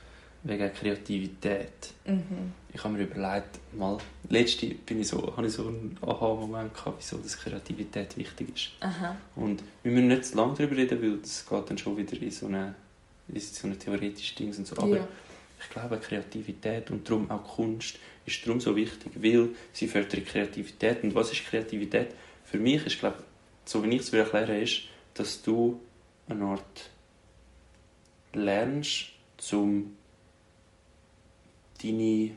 [SPEAKER 1] wegen Kreativität. Ich habe mir überlegt, letzte habe ich so einen Aha-Moment gehabt, wieso das Kreativität wichtig ist.
[SPEAKER 2] Aha.
[SPEAKER 1] Und wir müssen nicht zu lange darüber reden, weil das geht dann schon wieder in so eine theoretische Dinge und so. Aber ich glaube, Kreativität und darum auch Kunst ist darum so wichtig, weil sie fördert Kreativität. Und was ist Kreativität? Für mich ist, glaube ich, so wie ich es erklären ist, dass du eine Art lernst, deine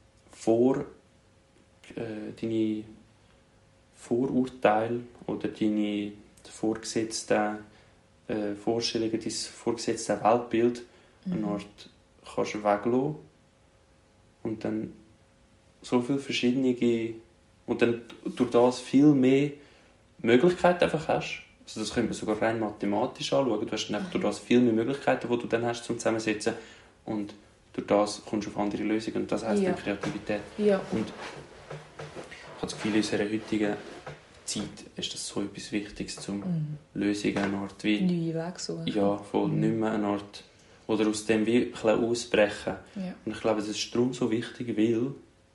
[SPEAKER 1] Vorurteile oder deine vorgesetzten Vorstellungen, dein vorgesetzte Weltbild eine Art kannst weglassen und dann so viele verschiedene und dann durch das viel mehr Möglichkeiten einfach hast. Also das könnte man sogar rein mathematisch anschauen. Du hast dann einfach durch das viel mehr Möglichkeiten, die du dann hast zum Zusammensetzen und durch das kommst du auf andere Lösungen und das heisst dann Kreativität. Ja. Und ich habe das Gefühl, in unserer heutigen Zeit ist das so etwas Wichtiges, zum Lösungen eine Art wie...
[SPEAKER 2] Neue Wege suchen.
[SPEAKER 1] Ja, voll nicht mehr eine Art... Oder aus dem wie ein bisschen ausbrechen.
[SPEAKER 2] Ja.
[SPEAKER 1] Und ich glaube, das ist darum so wichtig, weil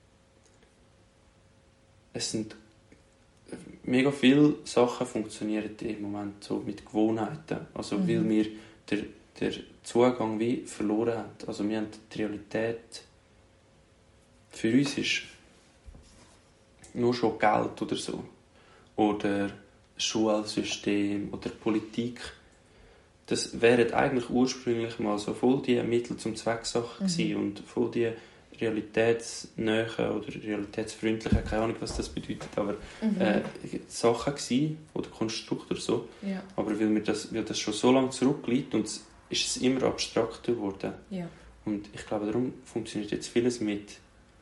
[SPEAKER 1] es sind mega viele Sachen funktionieren im Moment so mit Gewohnheiten. Also weil wir der Zugang wie verloren haben. Also wir haben die Realität... Für uns ist nur schon Geld oder so. Oder Schulsystem oder Politik. Das wären eigentlich ursprünglich mal so voll die Mittel zum Zwecksache gewesen und voll die realitätsnähe oder realitätsfreundliche, keine Ahnung, was das bedeutet, aber Sachen gewesen, oder Konstrukt oder so.
[SPEAKER 2] Ja.
[SPEAKER 1] Aber weil das schon so lange zurückliegt und ist es immer abstrakter geworden.
[SPEAKER 2] Ja.
[SPEAKER 1] Und ich glaube, darum funktioniert jetzt vieles mit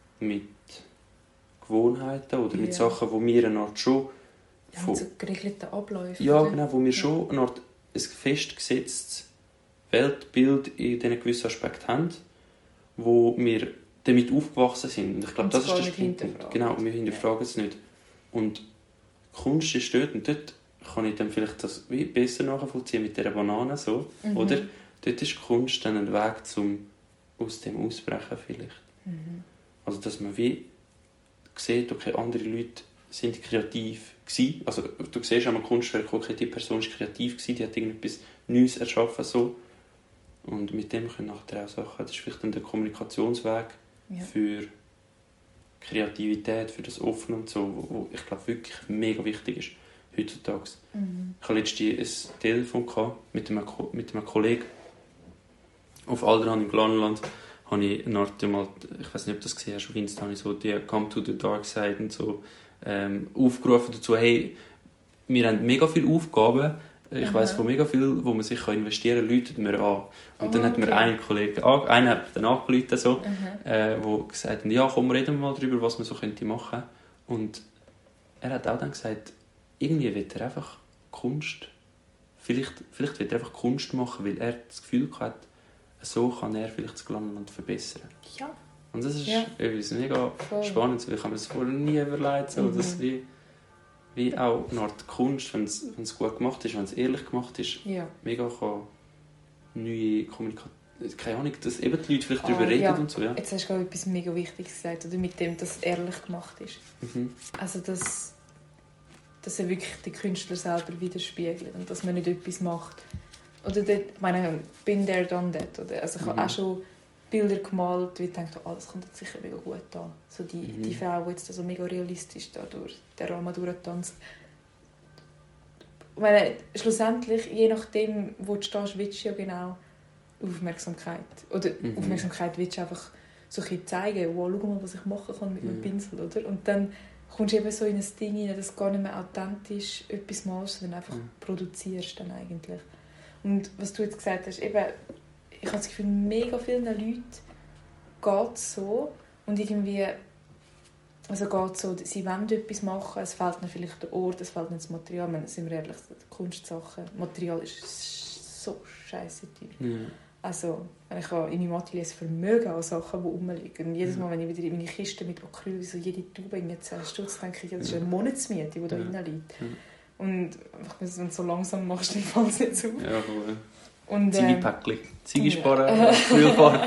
[SPEAKER 1] Gewohnheiten oder mit Sachen, wo wir eine Art schon...
[SPEAKER 2] Ja, mit so geregelten Abläufen.
[SPEAKER 1] Ja, genau, wo wir schon eine Art ein festgesetztes Weltbild in diesen gewissen Aspekten haben, wo wir damit aufgewachsen sind. Und ich glaube, das ist der Punkt. Genau, und wir hinterfragen es nicht. Und Kunst ist dort, und dort kann ich dann vielleicht das wie besser nachvollziehen mit dieser Banane, so, oder? Dort ist Kunst dann ein Weg aus dem Ausbrechen vielleicht. Also, dass man wie sieht, okay, andere Leute sind kreativ gewesen. Also du siehst an einem Kunstwerk, okay, die Person war kreativ gewesen, die hat irgendetwas Neues erschaffen, so. Und mit dem können nachher auch Sachen, das ist vielleicht dann der Kommunikationsweg für Kreativität, für das Offene und so, wo ich glaube wirklich mega wichtig ist heutzutage. Ich hatte letztens ein Telefon mit einem Kollegen auf Alderaan im Glanenland. Habe ich eine Art mal, ich weiß nicht, ob du das gesehen hast, auf Insta habe ich so die Come to the Dark Side und so aufgerufen dazu, hey, wir haben mega viele Aufgaben, ich weiss von mega viel, wo man sich investieren kann, läutet mir an. Und dann hat mir einen Kollegen, einen hat dann angerufen, so, wo gesagt hat, ja, komm, reden wir mal darüber, was man so könnte machen. Und er hat auch dann gesagt, irgendwie will er einfach Kunst, vielleicht will er einfach Kunst machen, weil er das Gefühl hat, so kann er vielleicht das Glanenland verbessern.
[SPEAKER 2] Ja.
[SPEAKER 1] Und das ist etwas mega Spannendes, weil ich habe mir das vorher nie überlegt, so, dass wie auch eine Art Kunst, wenn es gut gemacht ist, wenn es ehrlich gemacht ist, mega kann neue Kommunikation, keine Ahnung, dass eben die Leute vielleicht darüber reden und so. Ja.
[SPEAKER 2] Jetzt hast du auch etwas mega Wichtiges gesagt, oder mit dem, dass es ehrlich gemacht ist. Also dass er wirklich den Künstler selber widerspiegelt und dass man nicht etwas macht. Oder dort, ich meine, bin there, done that. Oder? Also ich habe auch schon Bilder gemalt, wo ich dachte, das kommt jetzt sicher mega gut an. So die Frau, die jetzt so mega realistisch da durch den Rahmen durchtanzt. Ich meine, schlussendlich, je nachdem, wo du stehst, willst du ja genau Aufmerksamkeit. Oder Aufmerksamkeit willst du einfach so ein bisschen zeigen, wow, schau mal, was ich machen kann mit meinem Pinsel. Oder? Und dann kommst du eben so in ein Ding hinein, dass du gar nicht mehr authentisch etwas malst, sondern einfach produzierst dann eigentlich. Und was du jetzt gesagt hast, eben, ich habe das Gefühl, mega vielen Leuten geht es so. Und irgendwie, also geht so, sie wollen etwas machen, es fehlt ihnen vielleicht der Ort, es fehlt ihnen das Material. Ich meine, sind wir ehrlich, Kunstsachen, Material ist so scheisse teuer. Also, ich habe in meinem Atelier ein Vermögen an Sachen, die rumliegen. Und jedes Mal, wenn ich wieder in meine Kiste mit Acryl, so jede Tube in 10 Stutz, denke ich, das ist eine Monatsmiete, die da drin liegt. Und wenn du es so langsam machst, dann fällt es nicht auf.
[SPEAKER 1] Ja, cool. Ziegepäckchen. Ziegesparen, Kühlfahren.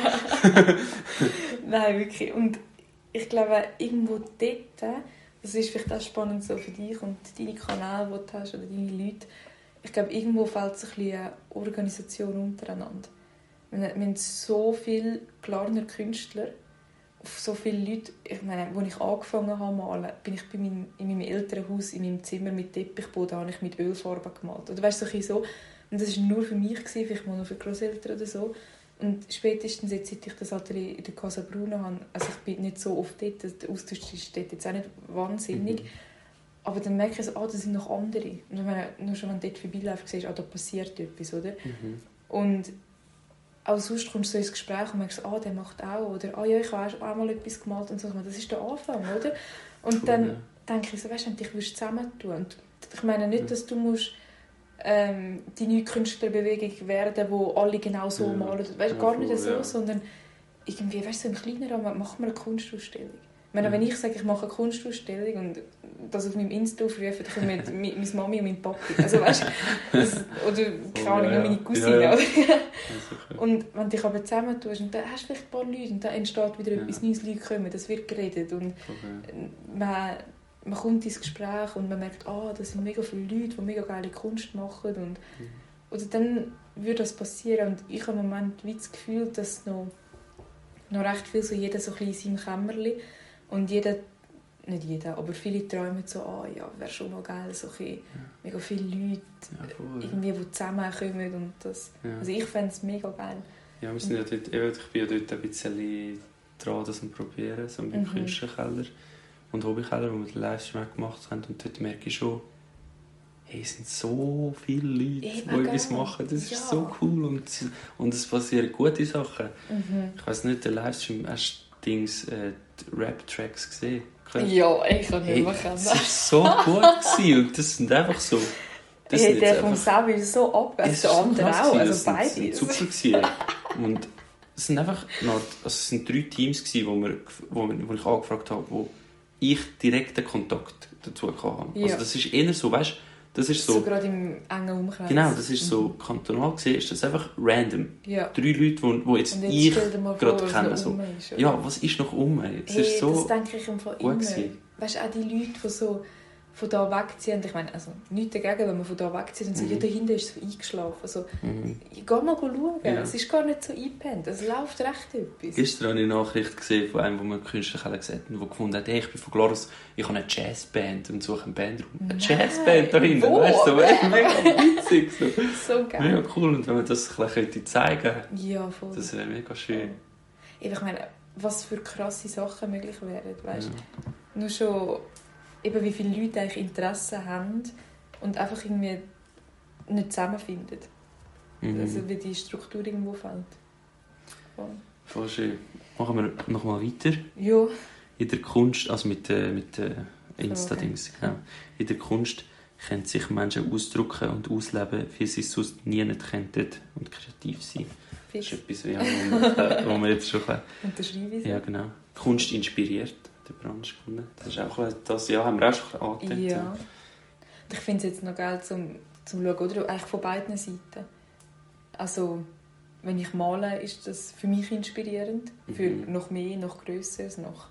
[SPEAKER 2] Nein, wirklich. Und ich glaube, irgendwo dort, das ist vielleicht auch spannend so für dich und deine Kanäle, die du hast, oder deine Leute, ich glaube, irgendwo fällt sich ein bisschen eine Organisation untereinander. Wir haben so viele Glarner Künstler, auf so viele Leute. Ich meine, als ich angefangen habe zu malen, bin ich in meinem Elternhaus, in meinem Zimmer mit Teppichboden, habe ich mit Ölfarbe gemalt. Oder weißt du, so. Und das war nur für mich, vielleicht mal nur für Grosseltern oder so. Und spätestens jetzt, seit ich das Atelier in der Casa Bruno habe, also ich bin nicht so oft dort, der Austausch ist dort jetzt auch nicht wahnsinnig. Aber dann merke ich so, das sind noch andere. Und nur schon, wenn du dort vorbeiläufst, siehst du, da passiert etwas, oder? Und auch sonst kommst du so ins Gespräch und merkst, der macht auch. Oder, ja, ich habe auch mal etwas gemalt. Und so. Das ist der Anfang, oder? Und dann denke ich so, weißt du, ich würde zusammentun. Und ich meine nicht, dass du musst die neue Künstlerbewegung werden, wo alle genau so malen. Weißt, gar nicht so, sondern irgendwie, weißt du, so im kleinen Rahmen machen wir eine Kunstausstellung. Ich meine, wenn ich sage, ich mache eine Kunstausstellung und das auf meinem Insta aufrufe, dann kommen meine Mami und mein Papi. Also, weißt du, oder keine Ahnung, meine Cousine. Ja. Und wenn du dich aber zusammentust, und dann hast du vielleicht ein paar Leute und dann entsteht wieder etwas Neues, Leute kommen, das wird geredet. Und man kommt ins Gespräch und man merkt, das sind mega viele Leute, die mega geile Kunst machen. Und, oder dann würde das passieren. Und ich habe im Moment das Gefühl, dass noch recht viel so jeder so ein bisschen in seinem Kämmerchen und nicht jeder, aber viele träumen so, wäre schon noch geil, so mega viele Leute, irgendwie, die zusammenkommen und das. Also ich fände es mega geil.
[SPEAKER 1] Ja, wir sind ja dort, ich bin ja dort ein bisschen dran, das zu probieren, so mit dem Künstlerkeller und Hobbykeller, wo wir den Livestream gemacht haben, und dort merke ich schon, es sind so viele Leute, die etwas machen, das ist so cool und es passieren gute Sachen. Ich weiss nicht, der Livestream, hast du die Rap-Tracks gesehen?
[SPEAKER 2] Ja, ich kann nicht mehr kennen.
[SPEAKER 1] Das war so gut und das sind einfach so...
[SPEAKER 2] Der vom Sabi ist so ab, also der andere auch, also beide.
[SPEAKER 1] Das war super gewesen. Und es sind einfach es sind 3 Teams gewesen, wo ich angefragt habe, wo ich direkten Kontakt dazu hatte. Also das ist eher so, weißt, das ist so
[SPEAKER 2] gerade im engen Umkreis.
[SPEAKER 1] Genau, das ist so kantonal gesehen, ist das einfach random. Ja. 3 Leute, die jetzt ich gerade kenne. So. Was ist noch Es ist so
[SPEAKER 2] das denke ich im Fall immer. Weißt du, auch die Leute, die so von da wegziehen, ich meine, also nichts dagegen, wenn man von da wegzieht und sagt, dahinter ist es so eingeschlafen. Also, geh mal schauen, es ist gar nicht so eingepennt, es läuft recht etwas.
[SPEAKER 1] Gestern habe ich eine Nachricht gesehen von einem, der mir künstlich gesagt hat, der gefunden hat, ich bin von Glarus, ich habe eine Jazzband und suche einen Bandraum. Eine Jazzband da hinten, weißt du, mega witzig. So geil. Mega cool, und wenn man das ein bisschen zeigen könnte, das wäre mega schön.
[SPEAKER 2] Ich meine, was für krasse Sachen möglich wären, weißt du. Nur schon... Eben, wie viele Leute eigentlich Interesse haben und einfach irgendwie nicht zusammenfinden. Also wie die Struktur irgendwo fällt.
[SPEAKER 1] Voll schön. Machen wir noch mal weiter.
[SPEAKER 2] Ja.
[SPEAKER 1] In der Kunst, also mit Insta-Dings. Genau. In der Kunst können sich Menschen ausdrücken und ausleben, wie sie es sonst nie nicht könnten und kreativ sein. Das ist etwas, wo wir jetzt schon
[SPEAKER 2] unterschreiben.
[SPEAKER 1] Ja, genau. Kunst inspiriert. Der Branche. Das ist auch das, haben wir auch schon angetönt.
[SPEAKER 2] Ja. Ich finde es jetzt noch geil zum schauen, oder? Eigentlich von beiden Seiten. Also, wenn ich male, ist das für mich inspirierend. Für noch mehr, noch Grösseres, noch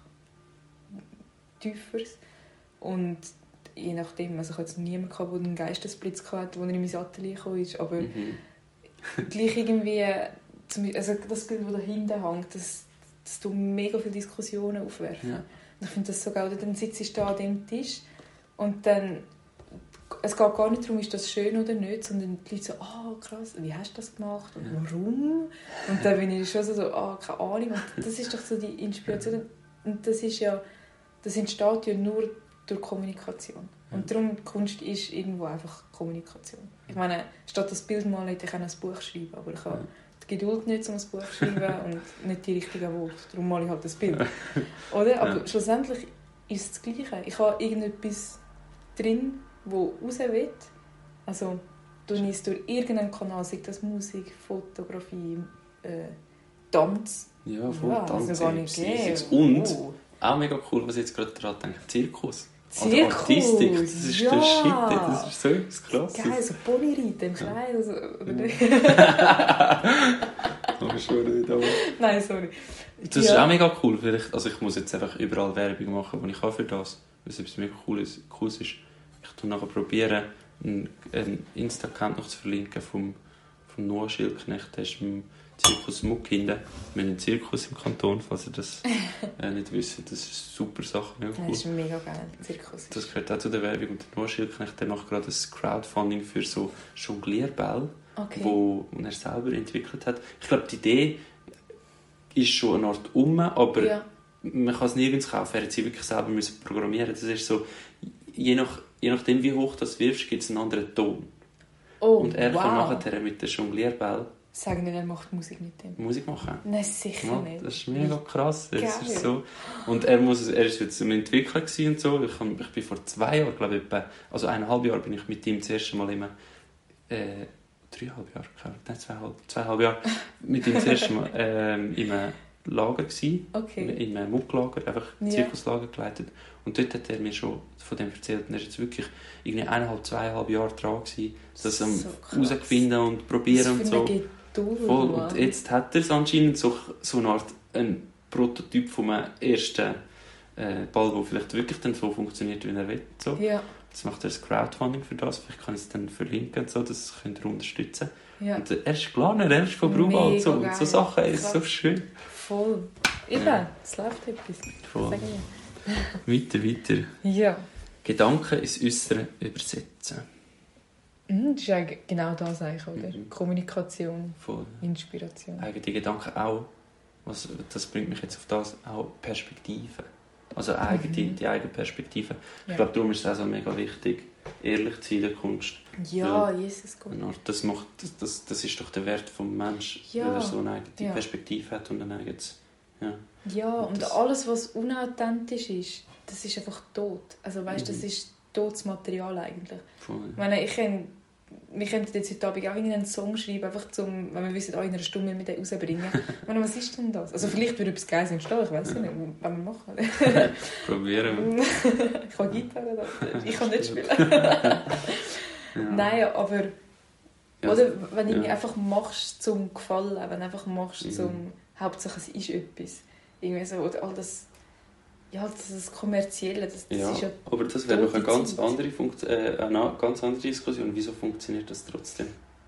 [SPEAKER 2] Tieferes. Und je nachdem, also ich hatte jetzt niemanden, der einen Geistesblitz hatte, als er in mein Atelier kam. Aber gleich irgendwie, also das Bild, das dahinter hängt, das tut mega viele Diskussionen aufwerfen. Ja. Und ich finde das so geil. Oder dann sitzt du da an dem Tisch und dann... Es geht gar nicht darum, ist das schön oder nicht, sondern die Leute so, krass, wie hast du das gemacht und warum? Und dann bin ich schon so, keine Ahnung. Und das ist doch so die Inspiration. Und das entsteht ja nur durch Kommunikation. Und darum, Kunst ist irgendwo einfach Kommunikation. Ich meine, statt das Bild malen, hätte ich auch ein Buch schreiben, aber ich habe die Geduld nicht, um ein Buch zu schreiben und nicht die richtigen Worte. Darum male ich halt das Bild. Oder? Aber schlussendlich ist es das Gleiche. Ich habe irgendetwas drin, wo raus will. Also, durch irgendeinen Kanal, sei das Musik, Fotografie, Tanz.
[SPEAKER 1] Ja, voll Tanz. Und auch mega cool, was ich jetzt gerade daran denke, Zirkus. Oder Artistik, das ist
[SPEAKER 2] ja.
[SPEAKER 1] der Shit, das ist so etwas Krasses.
[SPEAKER 2] Geil, so Ponyreiten im Kreis. Oder nicht?
[SPEAKER 1] Aber schon nicht, aber...
[SPEAKER 2] Nein, sorry.
[SPEAKER 1] Das ist auch mega cool. Vielleicht, also ich muss jetzt einfach überall Werbung machen, die ich kann für das. Weil es etwas mega Cooles ist. Ich tu nachher probieren, einen Insta-Account noch zu verlinken vom Noah Schildknecht. Der ist im Zirkus Muckhinden. Wir haben einen Zirkus im Kanton, falls ihr das nicht wisst. Das ist eine super Sache, mega cool.
[SPEAKER 2] Das ist mega geil, Zirkus.
[SPEAKER 1] Das gehört auch zu der Werbung. Und der Noah Schildknecht, der macht gerade ein Crowdfunding für so Jonglierbälle, wo er selber entwickelt hat. Ich glaube, die Idee ist schon eine Art aber man kann es nirgends kaufen. Er hat sie wirklich selber programmieren. Das ist so, je nachdem wie hoch das wirfst, gibt es einen anderen Ton.
[SPEAKER 2] Oh,
[SPEAKER 1] und er kann nachher mit den Jonglierbällen
[SPEAKER 2] sagen nicht, er macht Musik mit dem.
[SPEAKER 1] Musik machen.
[SPEAKER 2] Nein, sicher
[SPEAKER 1] ja,
[SPEAKER 2] nicht.
[SPEAKER 1] Das ist mega krass. Das ist so. Und er war jetzt im Entwickler und so. Ich bin vor 2 Jahren, glaube ich, also 1,5 Jahre bin ich mit ihm das erste Mal im 3,5 Jahre, nein, 2,5 Jahre mit ihm das erste Mal im Lager gsi, in einem Mucklager, einfach Zirkuslager geleitet. Und dort hat er mir schon von dem erzählt. Und er war jetzt wirklich irgendwie 2,5 Jahre dran gewesen, das herauszufinden und probieren und so. Voll. Und jetzt hat er anscheinend so eine Art ein Prototyp vom ersten Ball, der vielleicht wirklich dann so funktioniert, wie er will. So.
[SPEAKER 2] Ja.
[SPEAKER 1] Jetzt macht er das Crowdfunding für das. Vielleicht kann ich es dann verlinken, so, das könnt ihr unterstützen. Ja. Und er ist Glaner, er ist von Brunwald. So Sachen, ist so schön.
[SPEAKER 2] Voll. Eben, es läuft etwas.
[SPEAKER 1] Voll. Weiter.
[SPEAKER 2] Ja.
[SPEAKER 1] Gedanken ins Äußere übersetzen.
[SPEAKER 2] Das ist eigentlich genau das eigentlich, oder? Kommunikation,
[SPEAKER 1] voll.
[SPEAKER 2] Inspiration.
[SPEAKER 1] Eigene Gedanken auch, das bringt mich jetzt auf das, auch Perspektive. Also die eigene Perspektive. Ich glaube, darum ist es auch so mega wichtig, ehrlich zu sein in der Kunst.
[SPEAKER 2] Ja, Jesus Gott.
[SPEAKER 1] Das ist doch der Wert des Menschen, weil er so eine eigene Perspektive hat und ein eigenes...
[SPEAKER 2] Ja, und alles, was unauthentisch ist, das ist einfach tot. Also weißt, das ist totes Material eigentlich.
[SPEAKER 1] Voll.
[SPEAKER 2] Ich meine, wir könnten jetzt heute Abend auch einen Song schreiben, einfach wenn wir wissen, in einer Stunde mit den rausbringen. meine, was ist denn das? Also vielleicht würde etwas Geiles entstehen, ich weiß nicht, was wir machen.
[SPEAKER 1] Probieren wir.
[SPEAKER 2] Ich kann Gitarre, ich kann nicht spielen. Nein, aber oder wenn du einfach machst zum Gefallen, wenn du einfach machst zum Hauptsache es ist etwas. Irgendwie so, oder all das, das Kommerzielle, das ist ja...
[SPEAKER 1] Aber das wäre noch eine ganz andere Diskussion. Wieso funktioniert das trotzdem?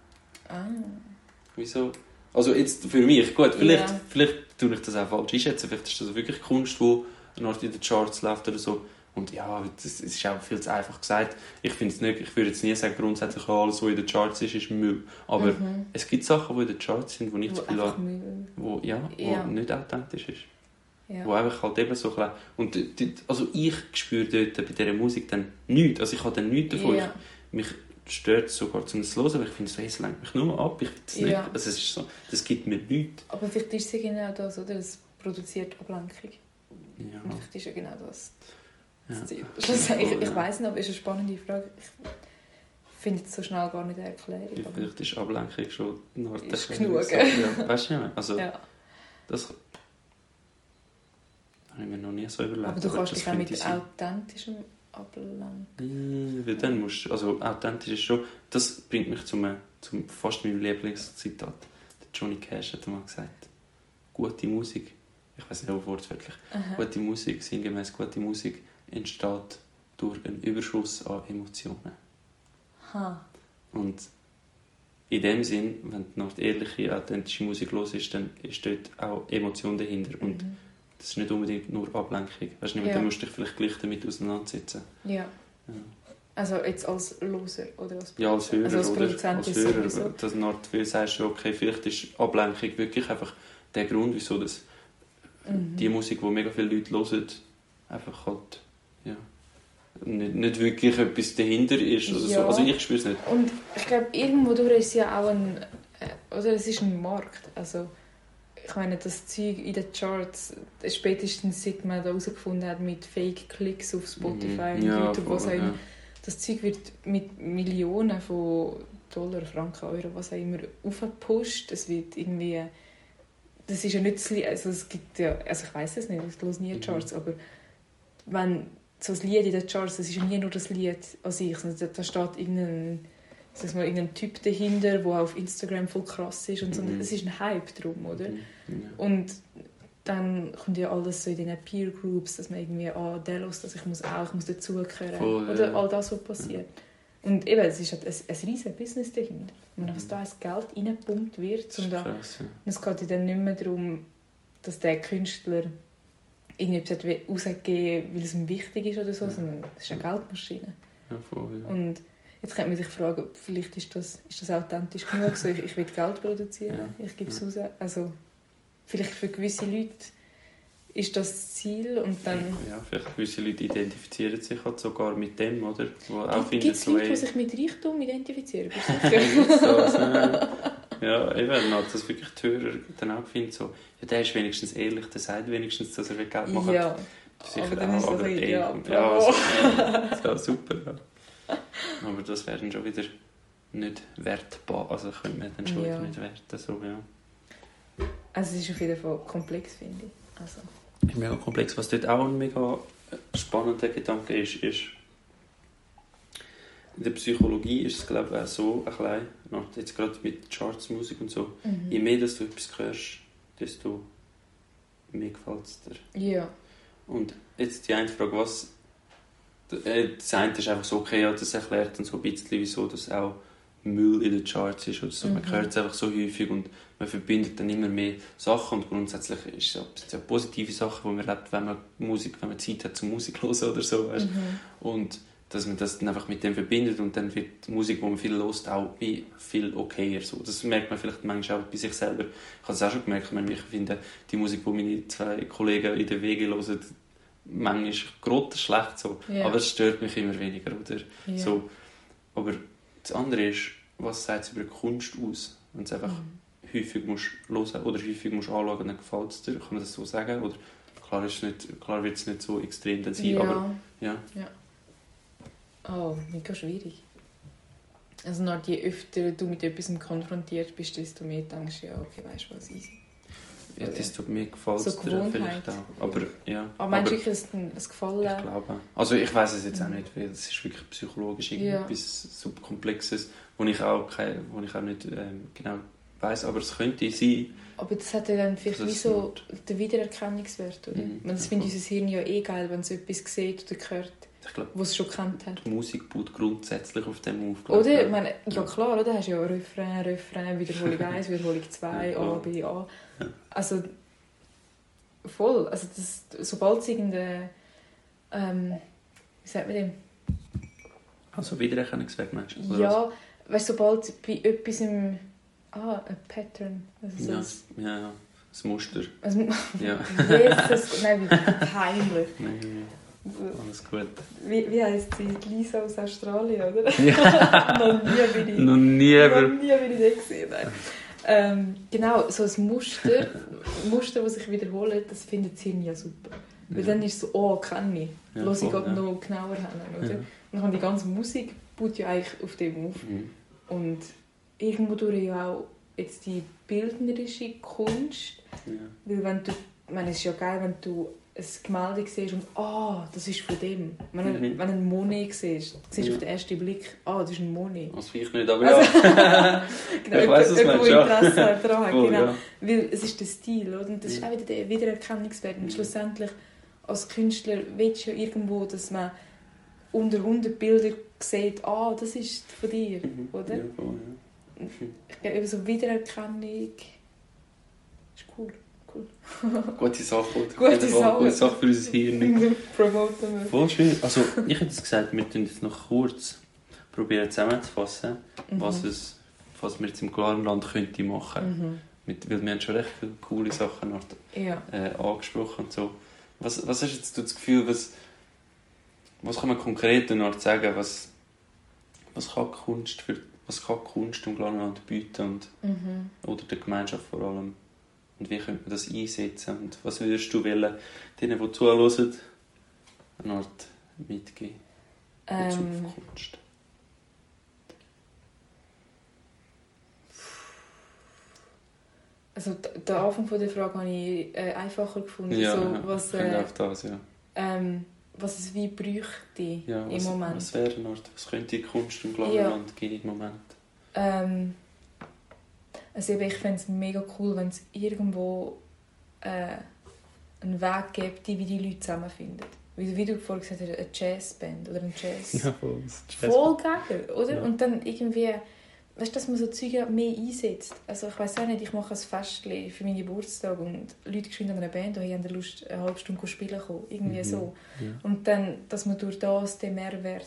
[SPEAKER 1] Wieso? Also jetzt für mich, gut, vielleicht tue ich das auch falsch einschätzen. Vielleicht ist das wirklich Kunst, die in den Charts läuft oder so. Und das ist auch viel zu einfach gesagt. Ich würde jetzt nie sagen, grundsätzlich alles, was in den Charts ist Müll. Aber es gibt Sachen, die in den Charts sind, die nicht das Gefühl haben, wo nicht authentisch ist. Ja. Wo einfach halt eben so klein. Und also ich spüre dort bei dieser Musik dann nichts. Also ich habe dann nichts davon. Ja. Mich stört es sogar zum Hören, aber ich finde es lenkt mich nur ab. Ich finde es nicht. Also es ist so, das gibt mir nichts. Aber
[SPEAKER 2] vielleicht ist es genau das, oder? Es produziert Ablenkung.
[SPEAKER 1] Ja.
[SPEAKER 2] Und vielleicht ist ja genau das. Ich weiss nicht, aber es ist eine spannende Frage. Ich finde es so schnell gar nicht eine Erklärung.
[SPEAKER 1] Vielleicht ist Ablenkung schon
[SPEAKER 2] ist genug.
[SPEAKER 1] Ja, weißt du nicht mehr? Also, das habe ich mir noch nie so überlegt.
[SPEAKER 2] Aber du kannst dich auch mit authentischem ablenken.
[SPEAKER 1] Weil dann musst du, also authentisch ist schon, das bringt mich zum fast meinem Lieblingszitat. Der Johnny Cash hat mal gesagt, gute Musik, ich weiß nicht, ob wortwörtlich, gute Musik, sinngemäß gute Musik, entsteht durch einen Überschuss an Emotionen. Und in dem Sinn, wenn du noch ehrliche, authentische Musik los ist, dann ist dort auch Emotion dahinter. Und das ist nicht unbedingt nur Ablenkung. Weißt du, du musst dich vielleicht gleich damit auseinandersetzen. Ja.
[SPEAKER 2] Also jetzt als Loser oder als
[SPEAKER 1] Hörer, also als
[SPEAKER 2] Produzent
[SPEAKER 1] als Hörer. Dass du sagst, okay, vielleicht ist Ablenkung wirklich einfach der Grund, wieso das die Musik, die mega viele Leute hören, einfach halt nicht wirklich etwas dahinter ist. Oder so. Also ich spüre es nicht.
[SPEAKER 2] Und ich glaube, irgendwo ist es ja auch es ist ein Markt. Also ich meine, das Zeug in den Charts, spätestens seit man da herausgefunden hat mit Fake-Klicks auf Spotify und YouTube, was auch immer, das Zeug wird mit Millionen von Dollar, Franken, Euro, was auch immer, aufgepusht. Es wird irgendwie... Das ist ja nicht... Also es gibt ja... Also ich weiss es nicht, ich höre nie Charts, aber wenn so ein Lied in den Charts, das ist nie nur das Lied an sich, sondern da steht irgendein Typ dahinter, der auf Instagram voll krass ist und so. Es ist ein Hype drum, oder? Und dann kommt ja alles so in diesen Peer Groups, dass man irgendwie, der hört, dass ich muss dazugehören. Oder all das, was passiert. Und eben, es ist halt ein riesiges Business dahinter. Und was da als Geld reingepumpt wird. Und es geht ja dann nicht mehr darum, dass der Künstler irgendetwas rausgeben will, weil es ihm wichtig ist oder so, sondern es ist eine Geldmaschine.
[SPEAKER 1] Ja, voll, ja.
[SPEAKER 2] Und jetzt könnte man sich fragen, vielleicht ist das authentisch genug, so ich will Geld produzieren, ich gebe es raus. Also, vielleicht für gewisse Leute ist das Ziel und dann...
[SPEAKER 1] Ja, vielleicht gewisse Leute identifizieren sich halt sogar mit dem, oder?
[SPEAKER 2] Gibt es Leute, die sich mit Reichtum identifizieren? Bist du sicher?
[SPEAKER 1] Ja, eben, das wirklich die Hörer dann auch finden, so, ja, der ist wenigstens ehrlich, der sagt wenigstens, dass er Geld macht.
[SPEAKER 2] Ja,
[SPEAKER 1] aber
[SPEAKER 2] dann ist das
[SPEAKER 1] ja, super. Ja. Aber das wäre dann schon wieder nicht wertbar, also könnte man dann schon wieder nicht werten, so, ja.
[SPEAKER 2] Also es ist auf jeden Fall komplex, finde ich. Also.
[SPEAKER 1] Mega komplex. Was dort auch ein mega spannender Gedanke ist, in der Psychologie ist es, glaube ich, auch so, ein klein, jetzt gerade mit Charts, Musik und so, je mehr dass du etwas hörst, desto mehr gefällt es dir.
[SPEAKER 2] Ja.
[SPEAKER 1] Und jetzt die eine Frage, was... Das eine ist einfach so, okay, ja, das erklärt dann so ein bisschen, wieso das auch Müll in den Charts ist oder so. Man hört es einfach so häufig und man verbindet dann immer mehr Sachen und grundsätzlich ist es ja positive Sachen, die man erlebt, wenn man Zeit hat zum Musik hören oder so. Und dass man das dann einfach mit dem verbindet und dann wird die Musik, die man viel hört, auch viel okayer. So. Das merkt man vielleicht manchmal auch bei sich selber. Ich habe es auch schon gemerkt, ich finde die Musik, die meine zwei Kollegen in der Wege hören, manchmal ist grottenschlecht so, aber es stört mich immer weniger. Oder?
[SPEAKER 2] Ja.
[SPEAKER 1] So. Aber das andere ist, was sagt es über Kunst aus? Wenn du es einfach häufig musst hören oder häufig musst anschauen, dann gefällt es dir. Kann man das so sagen? Oder klar wird es nicht so extrem dann sein, aber ja.
[SPEAKER 2] Oh, mega schwierig. Also je öfter du mit etwas konfrontiert bist, desto mehr denkst du, ja, okay, weißt du was, easy.
[SPEAKER 1] Ja, desto mehr gefällt es
[SPEAKER 2] so
[SPEAKER 1] dir vielleicht auch. Aber
[SPEAKER 2] meinst du wirklich, es Gefallen?
[SPEAKER 1] Ich glaube. Also ich weiss es jetzt auch nicht, weil es ist wirklich psychologisch etwas Subkomplexes, wo ich auch nicht genau weiss, aber es könnte sein. Aber
[SPEAKER 2] das hat ja dann vielleicht wie so den Wiedererkennungswert, oder? Das findet unser Hirn ja geil, wenn es etwas sieht oder hört, was es schon kennt hat.
[SPEAKER 1] Die Musik baut grundsätzlich auf dem auf.
[SPEAKER 2] Oder? Ich meine, ja klar, oder? Du hast ja Refrain, Wiederholung 1, Wiederholung 2, A, B, A. Also voll. Also sobald es irgendeine... wie sagt man dem?
[SPEAKER 1] Also Wiedererkennungswert meinst du?
[SPEAKER 2] Ja, weißt du, sobald bei etwas ein Pattern. Also
[SPEAKER 1] das Muster.
[SPEAKER 2] Also,
[SPEAKER 1] ja.
[SPEAKER 2] Nein, wie peinlich.
[SPEAKER 1] Nein. Alles gut.
[SPEAKER 2] Wie heisst sie? Lisa aus Australien, oder?
[SPEAKER 1] Ja.
[SPEAKER 2] Noch nie bin ich da gesehen. Genau, so ein Muster, das sich wiederholt, das findet sie ja super. Weil dann ist es so, kenne ich. Lass ich gerade noch genauer hin, oder? Ja. Und dann kann die ganze Musik baut ja eigentlich auf dem auf. Und irgendwo durch ja auch jetzt die bildnerische Kunst. Ja. Weil es ist ja geil, wenn du ein Gemälde siehst und das ist von dem. Wenn du einen Monet siehst du auf den ersten Blick, das ist ein Monet.
[SPEAKER 1] Das vielleicht nicht, aber ja.
[SPEAKER 2] Genau, ich weiss, was man Interesse hat daran. Genau. Ja. Weil es ist der Stil, oder? Und das ist auch wieder der Wiedererkennungswert. Und schlussendlich, als Künstler willst du ja irgendwo, dass man unter 100 Bilder sieht, das ist von dir, oder?
[SPEAKER 1] Ja, voll, ja.
[SPEAKER 2] Ich glaube, eben so Wiedererkennung ist cool.
[SPEAKER 1] Gute Sache.
[SPEAKER 2] Gute Sache
[SPEAKER 1] für unser Hirn.
[SPEAKER 2] Promoten wir.
[SPEAKER 1] Voll schön. Also, ich hätte gesagt, wir probieren jetzt noch kurz zusammenzufassen, was wir jetzt im Glarenland könnte machen. Weil wir haben schon recht viele coole Sachen angesprochen und so. Was hast jetzt das Gefühl, was kann man konkret sagen, was kann Kunst im Glarenland bieten oder der Gemeinschaft vor allem? Und wie könnte man das einsetzen? Und was würdest du denen, die zuhören, eine Art mitgeben? Bezug auf Kunst?
[SPEAKER 2] Also der Anfang der Frage habe ich einfacher gefunden.
[SPEAKER 1] Ja,
[SPEAKER 2] so, was,
[SPEAKER 1] auf das, ja.
[SPEAKER 2] was es wie bräuchte
[SPEAKER 1] Ja,
[SPEAKER 2] im Moment.
[SPEAKER 1] Was wäre eine Art, was könnte die Kunst im Glanerland geben im Moment?
[SPEAKER 2] Also eben, ich fände es mega cool, wenn es irgendwo einen Weg gibt, wie die Leute zusammenfinden. Wie du vorhin gesagt hast, eine Jazzband oder ein Jazz.
[SPEAKER 1] Ja,
[SPEAKER 2] Voll geil, oder?
[SPEAKER 1] Ja.
[SPEAKER 2] Und dann irgendwie, weißt du, dass man so Zeug mehr einsetzt. Also ich weiss auch nicht, ich mache ein Festchen für meinen Geburtstag und Leute geschwind an einer Band, die haben Lust, eine halbe Stunde spielen kommen. Irgendwie so.
[SPEAKER 1] Ja.
[SPEAKER 2] Und dann, dass man durch das den Mehrwert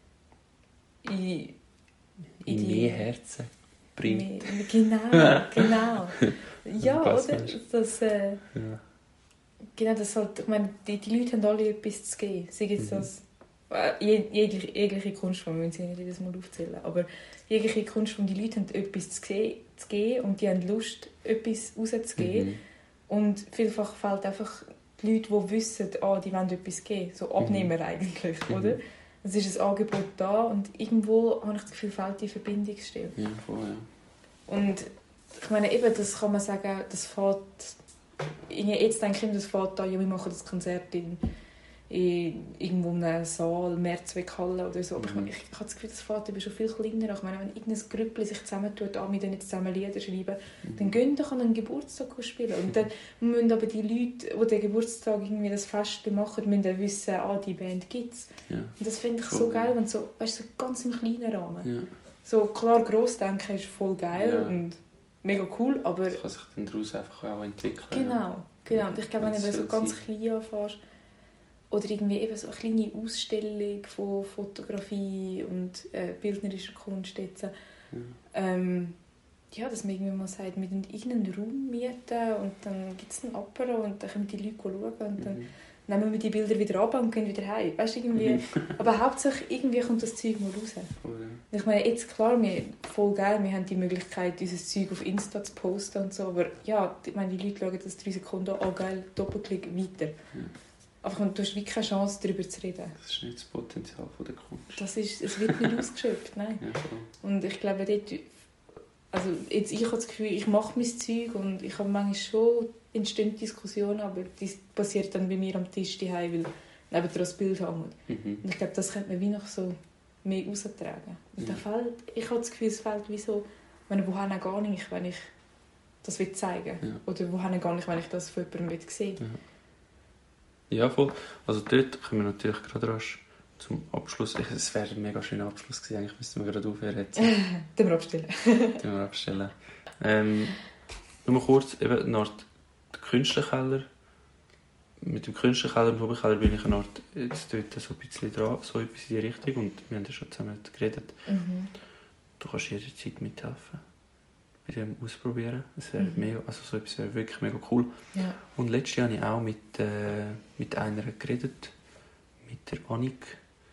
[SPEAKER 2] in
[SPEAKER 1] In
[SPEAKER 2] die...
[SPEAKER 1] mehr Herzen bringt.
[SPEAKER 2] Genau. Ja,
[SPEAKER 1] Was
[SPEAKER 2] oder?
[SPEAKER 1] meinst
[SPEAKER 2] Das,
[SPEAKER 1] Ja.
[SPEAKER 2] genau, das halt, ich meine, die Leute haben alle etwas zu geben. Sei jetzt das jegliche Kunstform, wir müssen sie nicht jedes Mal aufzählen, aber jegliche Kunstform, die Leute haben etwas zu geben und die haben Lust, etwas rauszugeben. Und vielfach fehlt einfach die Leute, die wissen, die wollen etwas geben. So Abnehmer eigentlich, oder? Es ist ein Angebot da und irgendwo habe ich das Gefühl, fehlt die Verbindungsstelle.
[SPEAKER 1] Ja, voll, ja.
[SPEAKER 2] Und ich meine, eben, das kann man sagen, das fährt... Jetzt denke ich immer, das fährt da, ja, wir machen das Konzert in irgendwo in einem Saal, Mehrzweckhalle oder so. Aber ich habe das Gefühl, das fährt eben schon viel kleiner. Ich meine, wenn irgendein Grüppli sich zusammentut, wir dann jetzt zusammen Lieder schreiben, dann gehen doch an einen Geburtstag spielen. Und dann müssen aber die Leute, die den Geburtstag irgendwie das Fest machen, müssen dann wissen, die Band gibt es.
[SPEAKER 1] Ja.
[SPEAKER 2] Und das finde ich so geil, wenn so, weißt, so ganz im kleinen Rahmen.
[SPEAKER 1] Ja.
[SPEAKER 2] So klar, gross denken ist voll geil und mega cool, aber...
[SPEAKER 1] Das kann sich dann daraus einfach auch entwickeln.
[SPEAKER 2] Genau. Und ich glaube, wenn du so ganz klein anfängst, oder irgendwie eben so eine kleine Ausstellung von Fotografie und bildnerischer Kunst jetzt, dass man irgendwie mal sagt, wir mieten irgendeinen Raum mieten und dann gibt es einen Apero und dann können die Leute schauen und dann nehmen wir die Bilder wieder ab und gehen wieder heim. Weißt, irgendwie. Aber hauptsächlich irgendwie kommt das Zeug mal raus.
[SPEAKER 1] Oh, ja.
[SPEAKER 2] Ich meine, jetzt klar, voll geil, wir haben die Möglichkeit, dieses Zeug auf Insta zu posten und so, aber ja, ich meine, die Leute schauen das 3 Sekunden an, geil, Doppelklick, weiter. Ja. Aber du hast wirklich keine Chance, darüber zu reden.
[SPEAKER 1] Das ist nicht das Potenzial der Kunst.
[SPEAKER 2] Es wird nicht ausgeschöpft, nein.
[SPEAKER 1] Ja,
[SPEAKER 2] und ich glaube, dort, also jetzt, ich habe das Gefühl, ich mache mein Zeug und ich habe manchmal schon entstehen Diskussionen, aber die passiert dann bei mir am Tisch daheim, weil neben das Bild hängt. Und ich glaube, das könnte man wie noch so mehr raustragen. Und ich habe das Gefühl, es fehlt wie so, wohin gar nicht, wenn ich das zeigen will. Ja. Oder wohin gar nicht, wenn ich das von jemandem sehen will.
[SPEAKER 1] Ja, voll. Also dort können wir natürlich gerade rasch zum Abschluss. Es wäre ein mega schöner Abschluss gewesen. Eigentlich müssten wir gerade aufhören jetzt.
[SPEAKER 2] Den wir abstellen.
[SPEAKER 1] Nur mal kurz, eben eine Art Künstlerkeller. Mit dem Künstlerkeller und Hobbykeller bin ich eine Art jetzt dort so ein bisschen dran, so etwas in die Richtung. Und wir haben ja schon zusammen geredet. Du kannst jederzeit mithelfen. Bei dem ausprobieren. Es wäre mega, also so etwas wäre wirklich mega cool.
[SPEAKER 2] Ja.
[SPEAKER 1] Und letztes Jahr habe ich auch mit einer geredet, mit der Annik.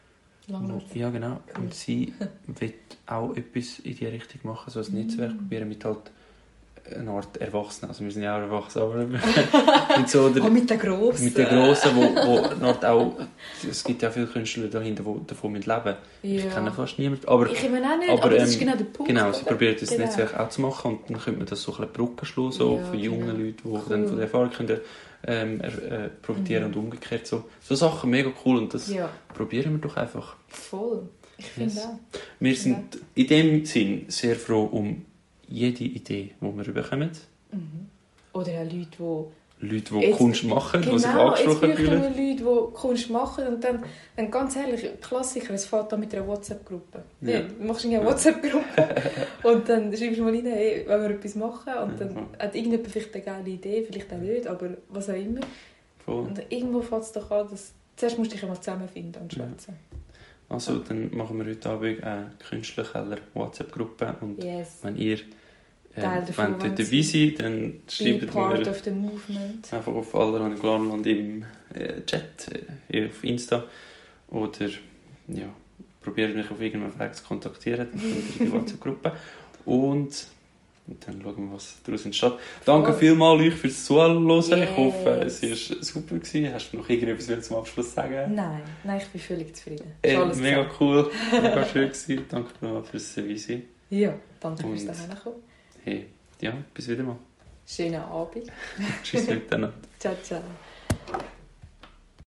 [SPEAKER 1] Ja, genau. Cool. Und sie will auch etwas in die Richtung machen, so ein Netzwerk probieren mit halt eine Art Erwachsenen. Also wir sind ja auch erwachsen, aber mit so
[SPEAKER 2] mit den Grossen.
[SPEAKER 1] Mit den Grossen, wo auch, es gibt ja viele Künstler dahinter, die davon leben. Ja. Ich kenne fast niemanden. Aber,
[SPEAKER 2] ich meine auch nicht, aber das ist genau der Punkt.
[SPEAKER 1] Genau, sie probiert das Netzwerk auch zu machen und dann könnte man das so ein bisschen Brücken schlagen, so für junge Leute, die dann von der Erfahrung können, profitieren und umgekehrt. So Sachen mega cool und das probieren wir doch einfach.
[SPEAKER 2] Voll, ich finde auch.
[SPEAKER 1] Wir sind in dem Sinn sehr froh um jede Idee, die wir bekommen.
[SPEAKER 2] Oder auch Leute, die
[SPEAKER 1] jetzt, Kunst machen, die sich angesprochen fühlen.
[SPEAKER 2] Leute, die Kunst machen und dann ganz ehrlich, Klassiker, es fängt an mit einer WhatsApp-Gruppe. Ja. Du machst eine WhatsApp-Gruppe und dann schreibst du mal rein, hey, wollen wir etwas machen? Und dann hat irgendjemand vielleicht eine geile Idee, vielleicht auch nicht, aber was auch immer. Voll. Und irgendwo fängt es doch an, dass zuerst musst du dich einmal zusammenfinden und schwätzen.
[SPEAKER 1] Also, dann machen wir heute Abend eine Künstlerkeller WhatsApp-Gruppe und wenn ihr dort dabei seid, dann schreibt mir einfach auf Allerhand Glanerland im Chat, auf Insta oder probiert mich auf irgendeinen Weg zu kontaktieren in die WhatsApp-Gruppe und dann schauen wir, was daraus entsteht. Danke vielmals euch fürs Zuhören. Ich hoffe, es war super gewesen. Hast du noch irgendetwas zum Abschluss sagen?
[SPEAKER 2] Nein, ich bin völlig zufrieden.
[SPEAKER 1] Mega cool, mega schön gewesen. Danke nochmal fürs Dabeisein.
[SPEAKER 2] Ja, danke fürs Daheimkommen.
[SPEAKER 1] Hey, bis wieder mal.
[SPEAKER 2] Schönen Abend.
[SPEAKER 1] Tschüss miteinander.
[SPEAKER 2] Ciao, ciao.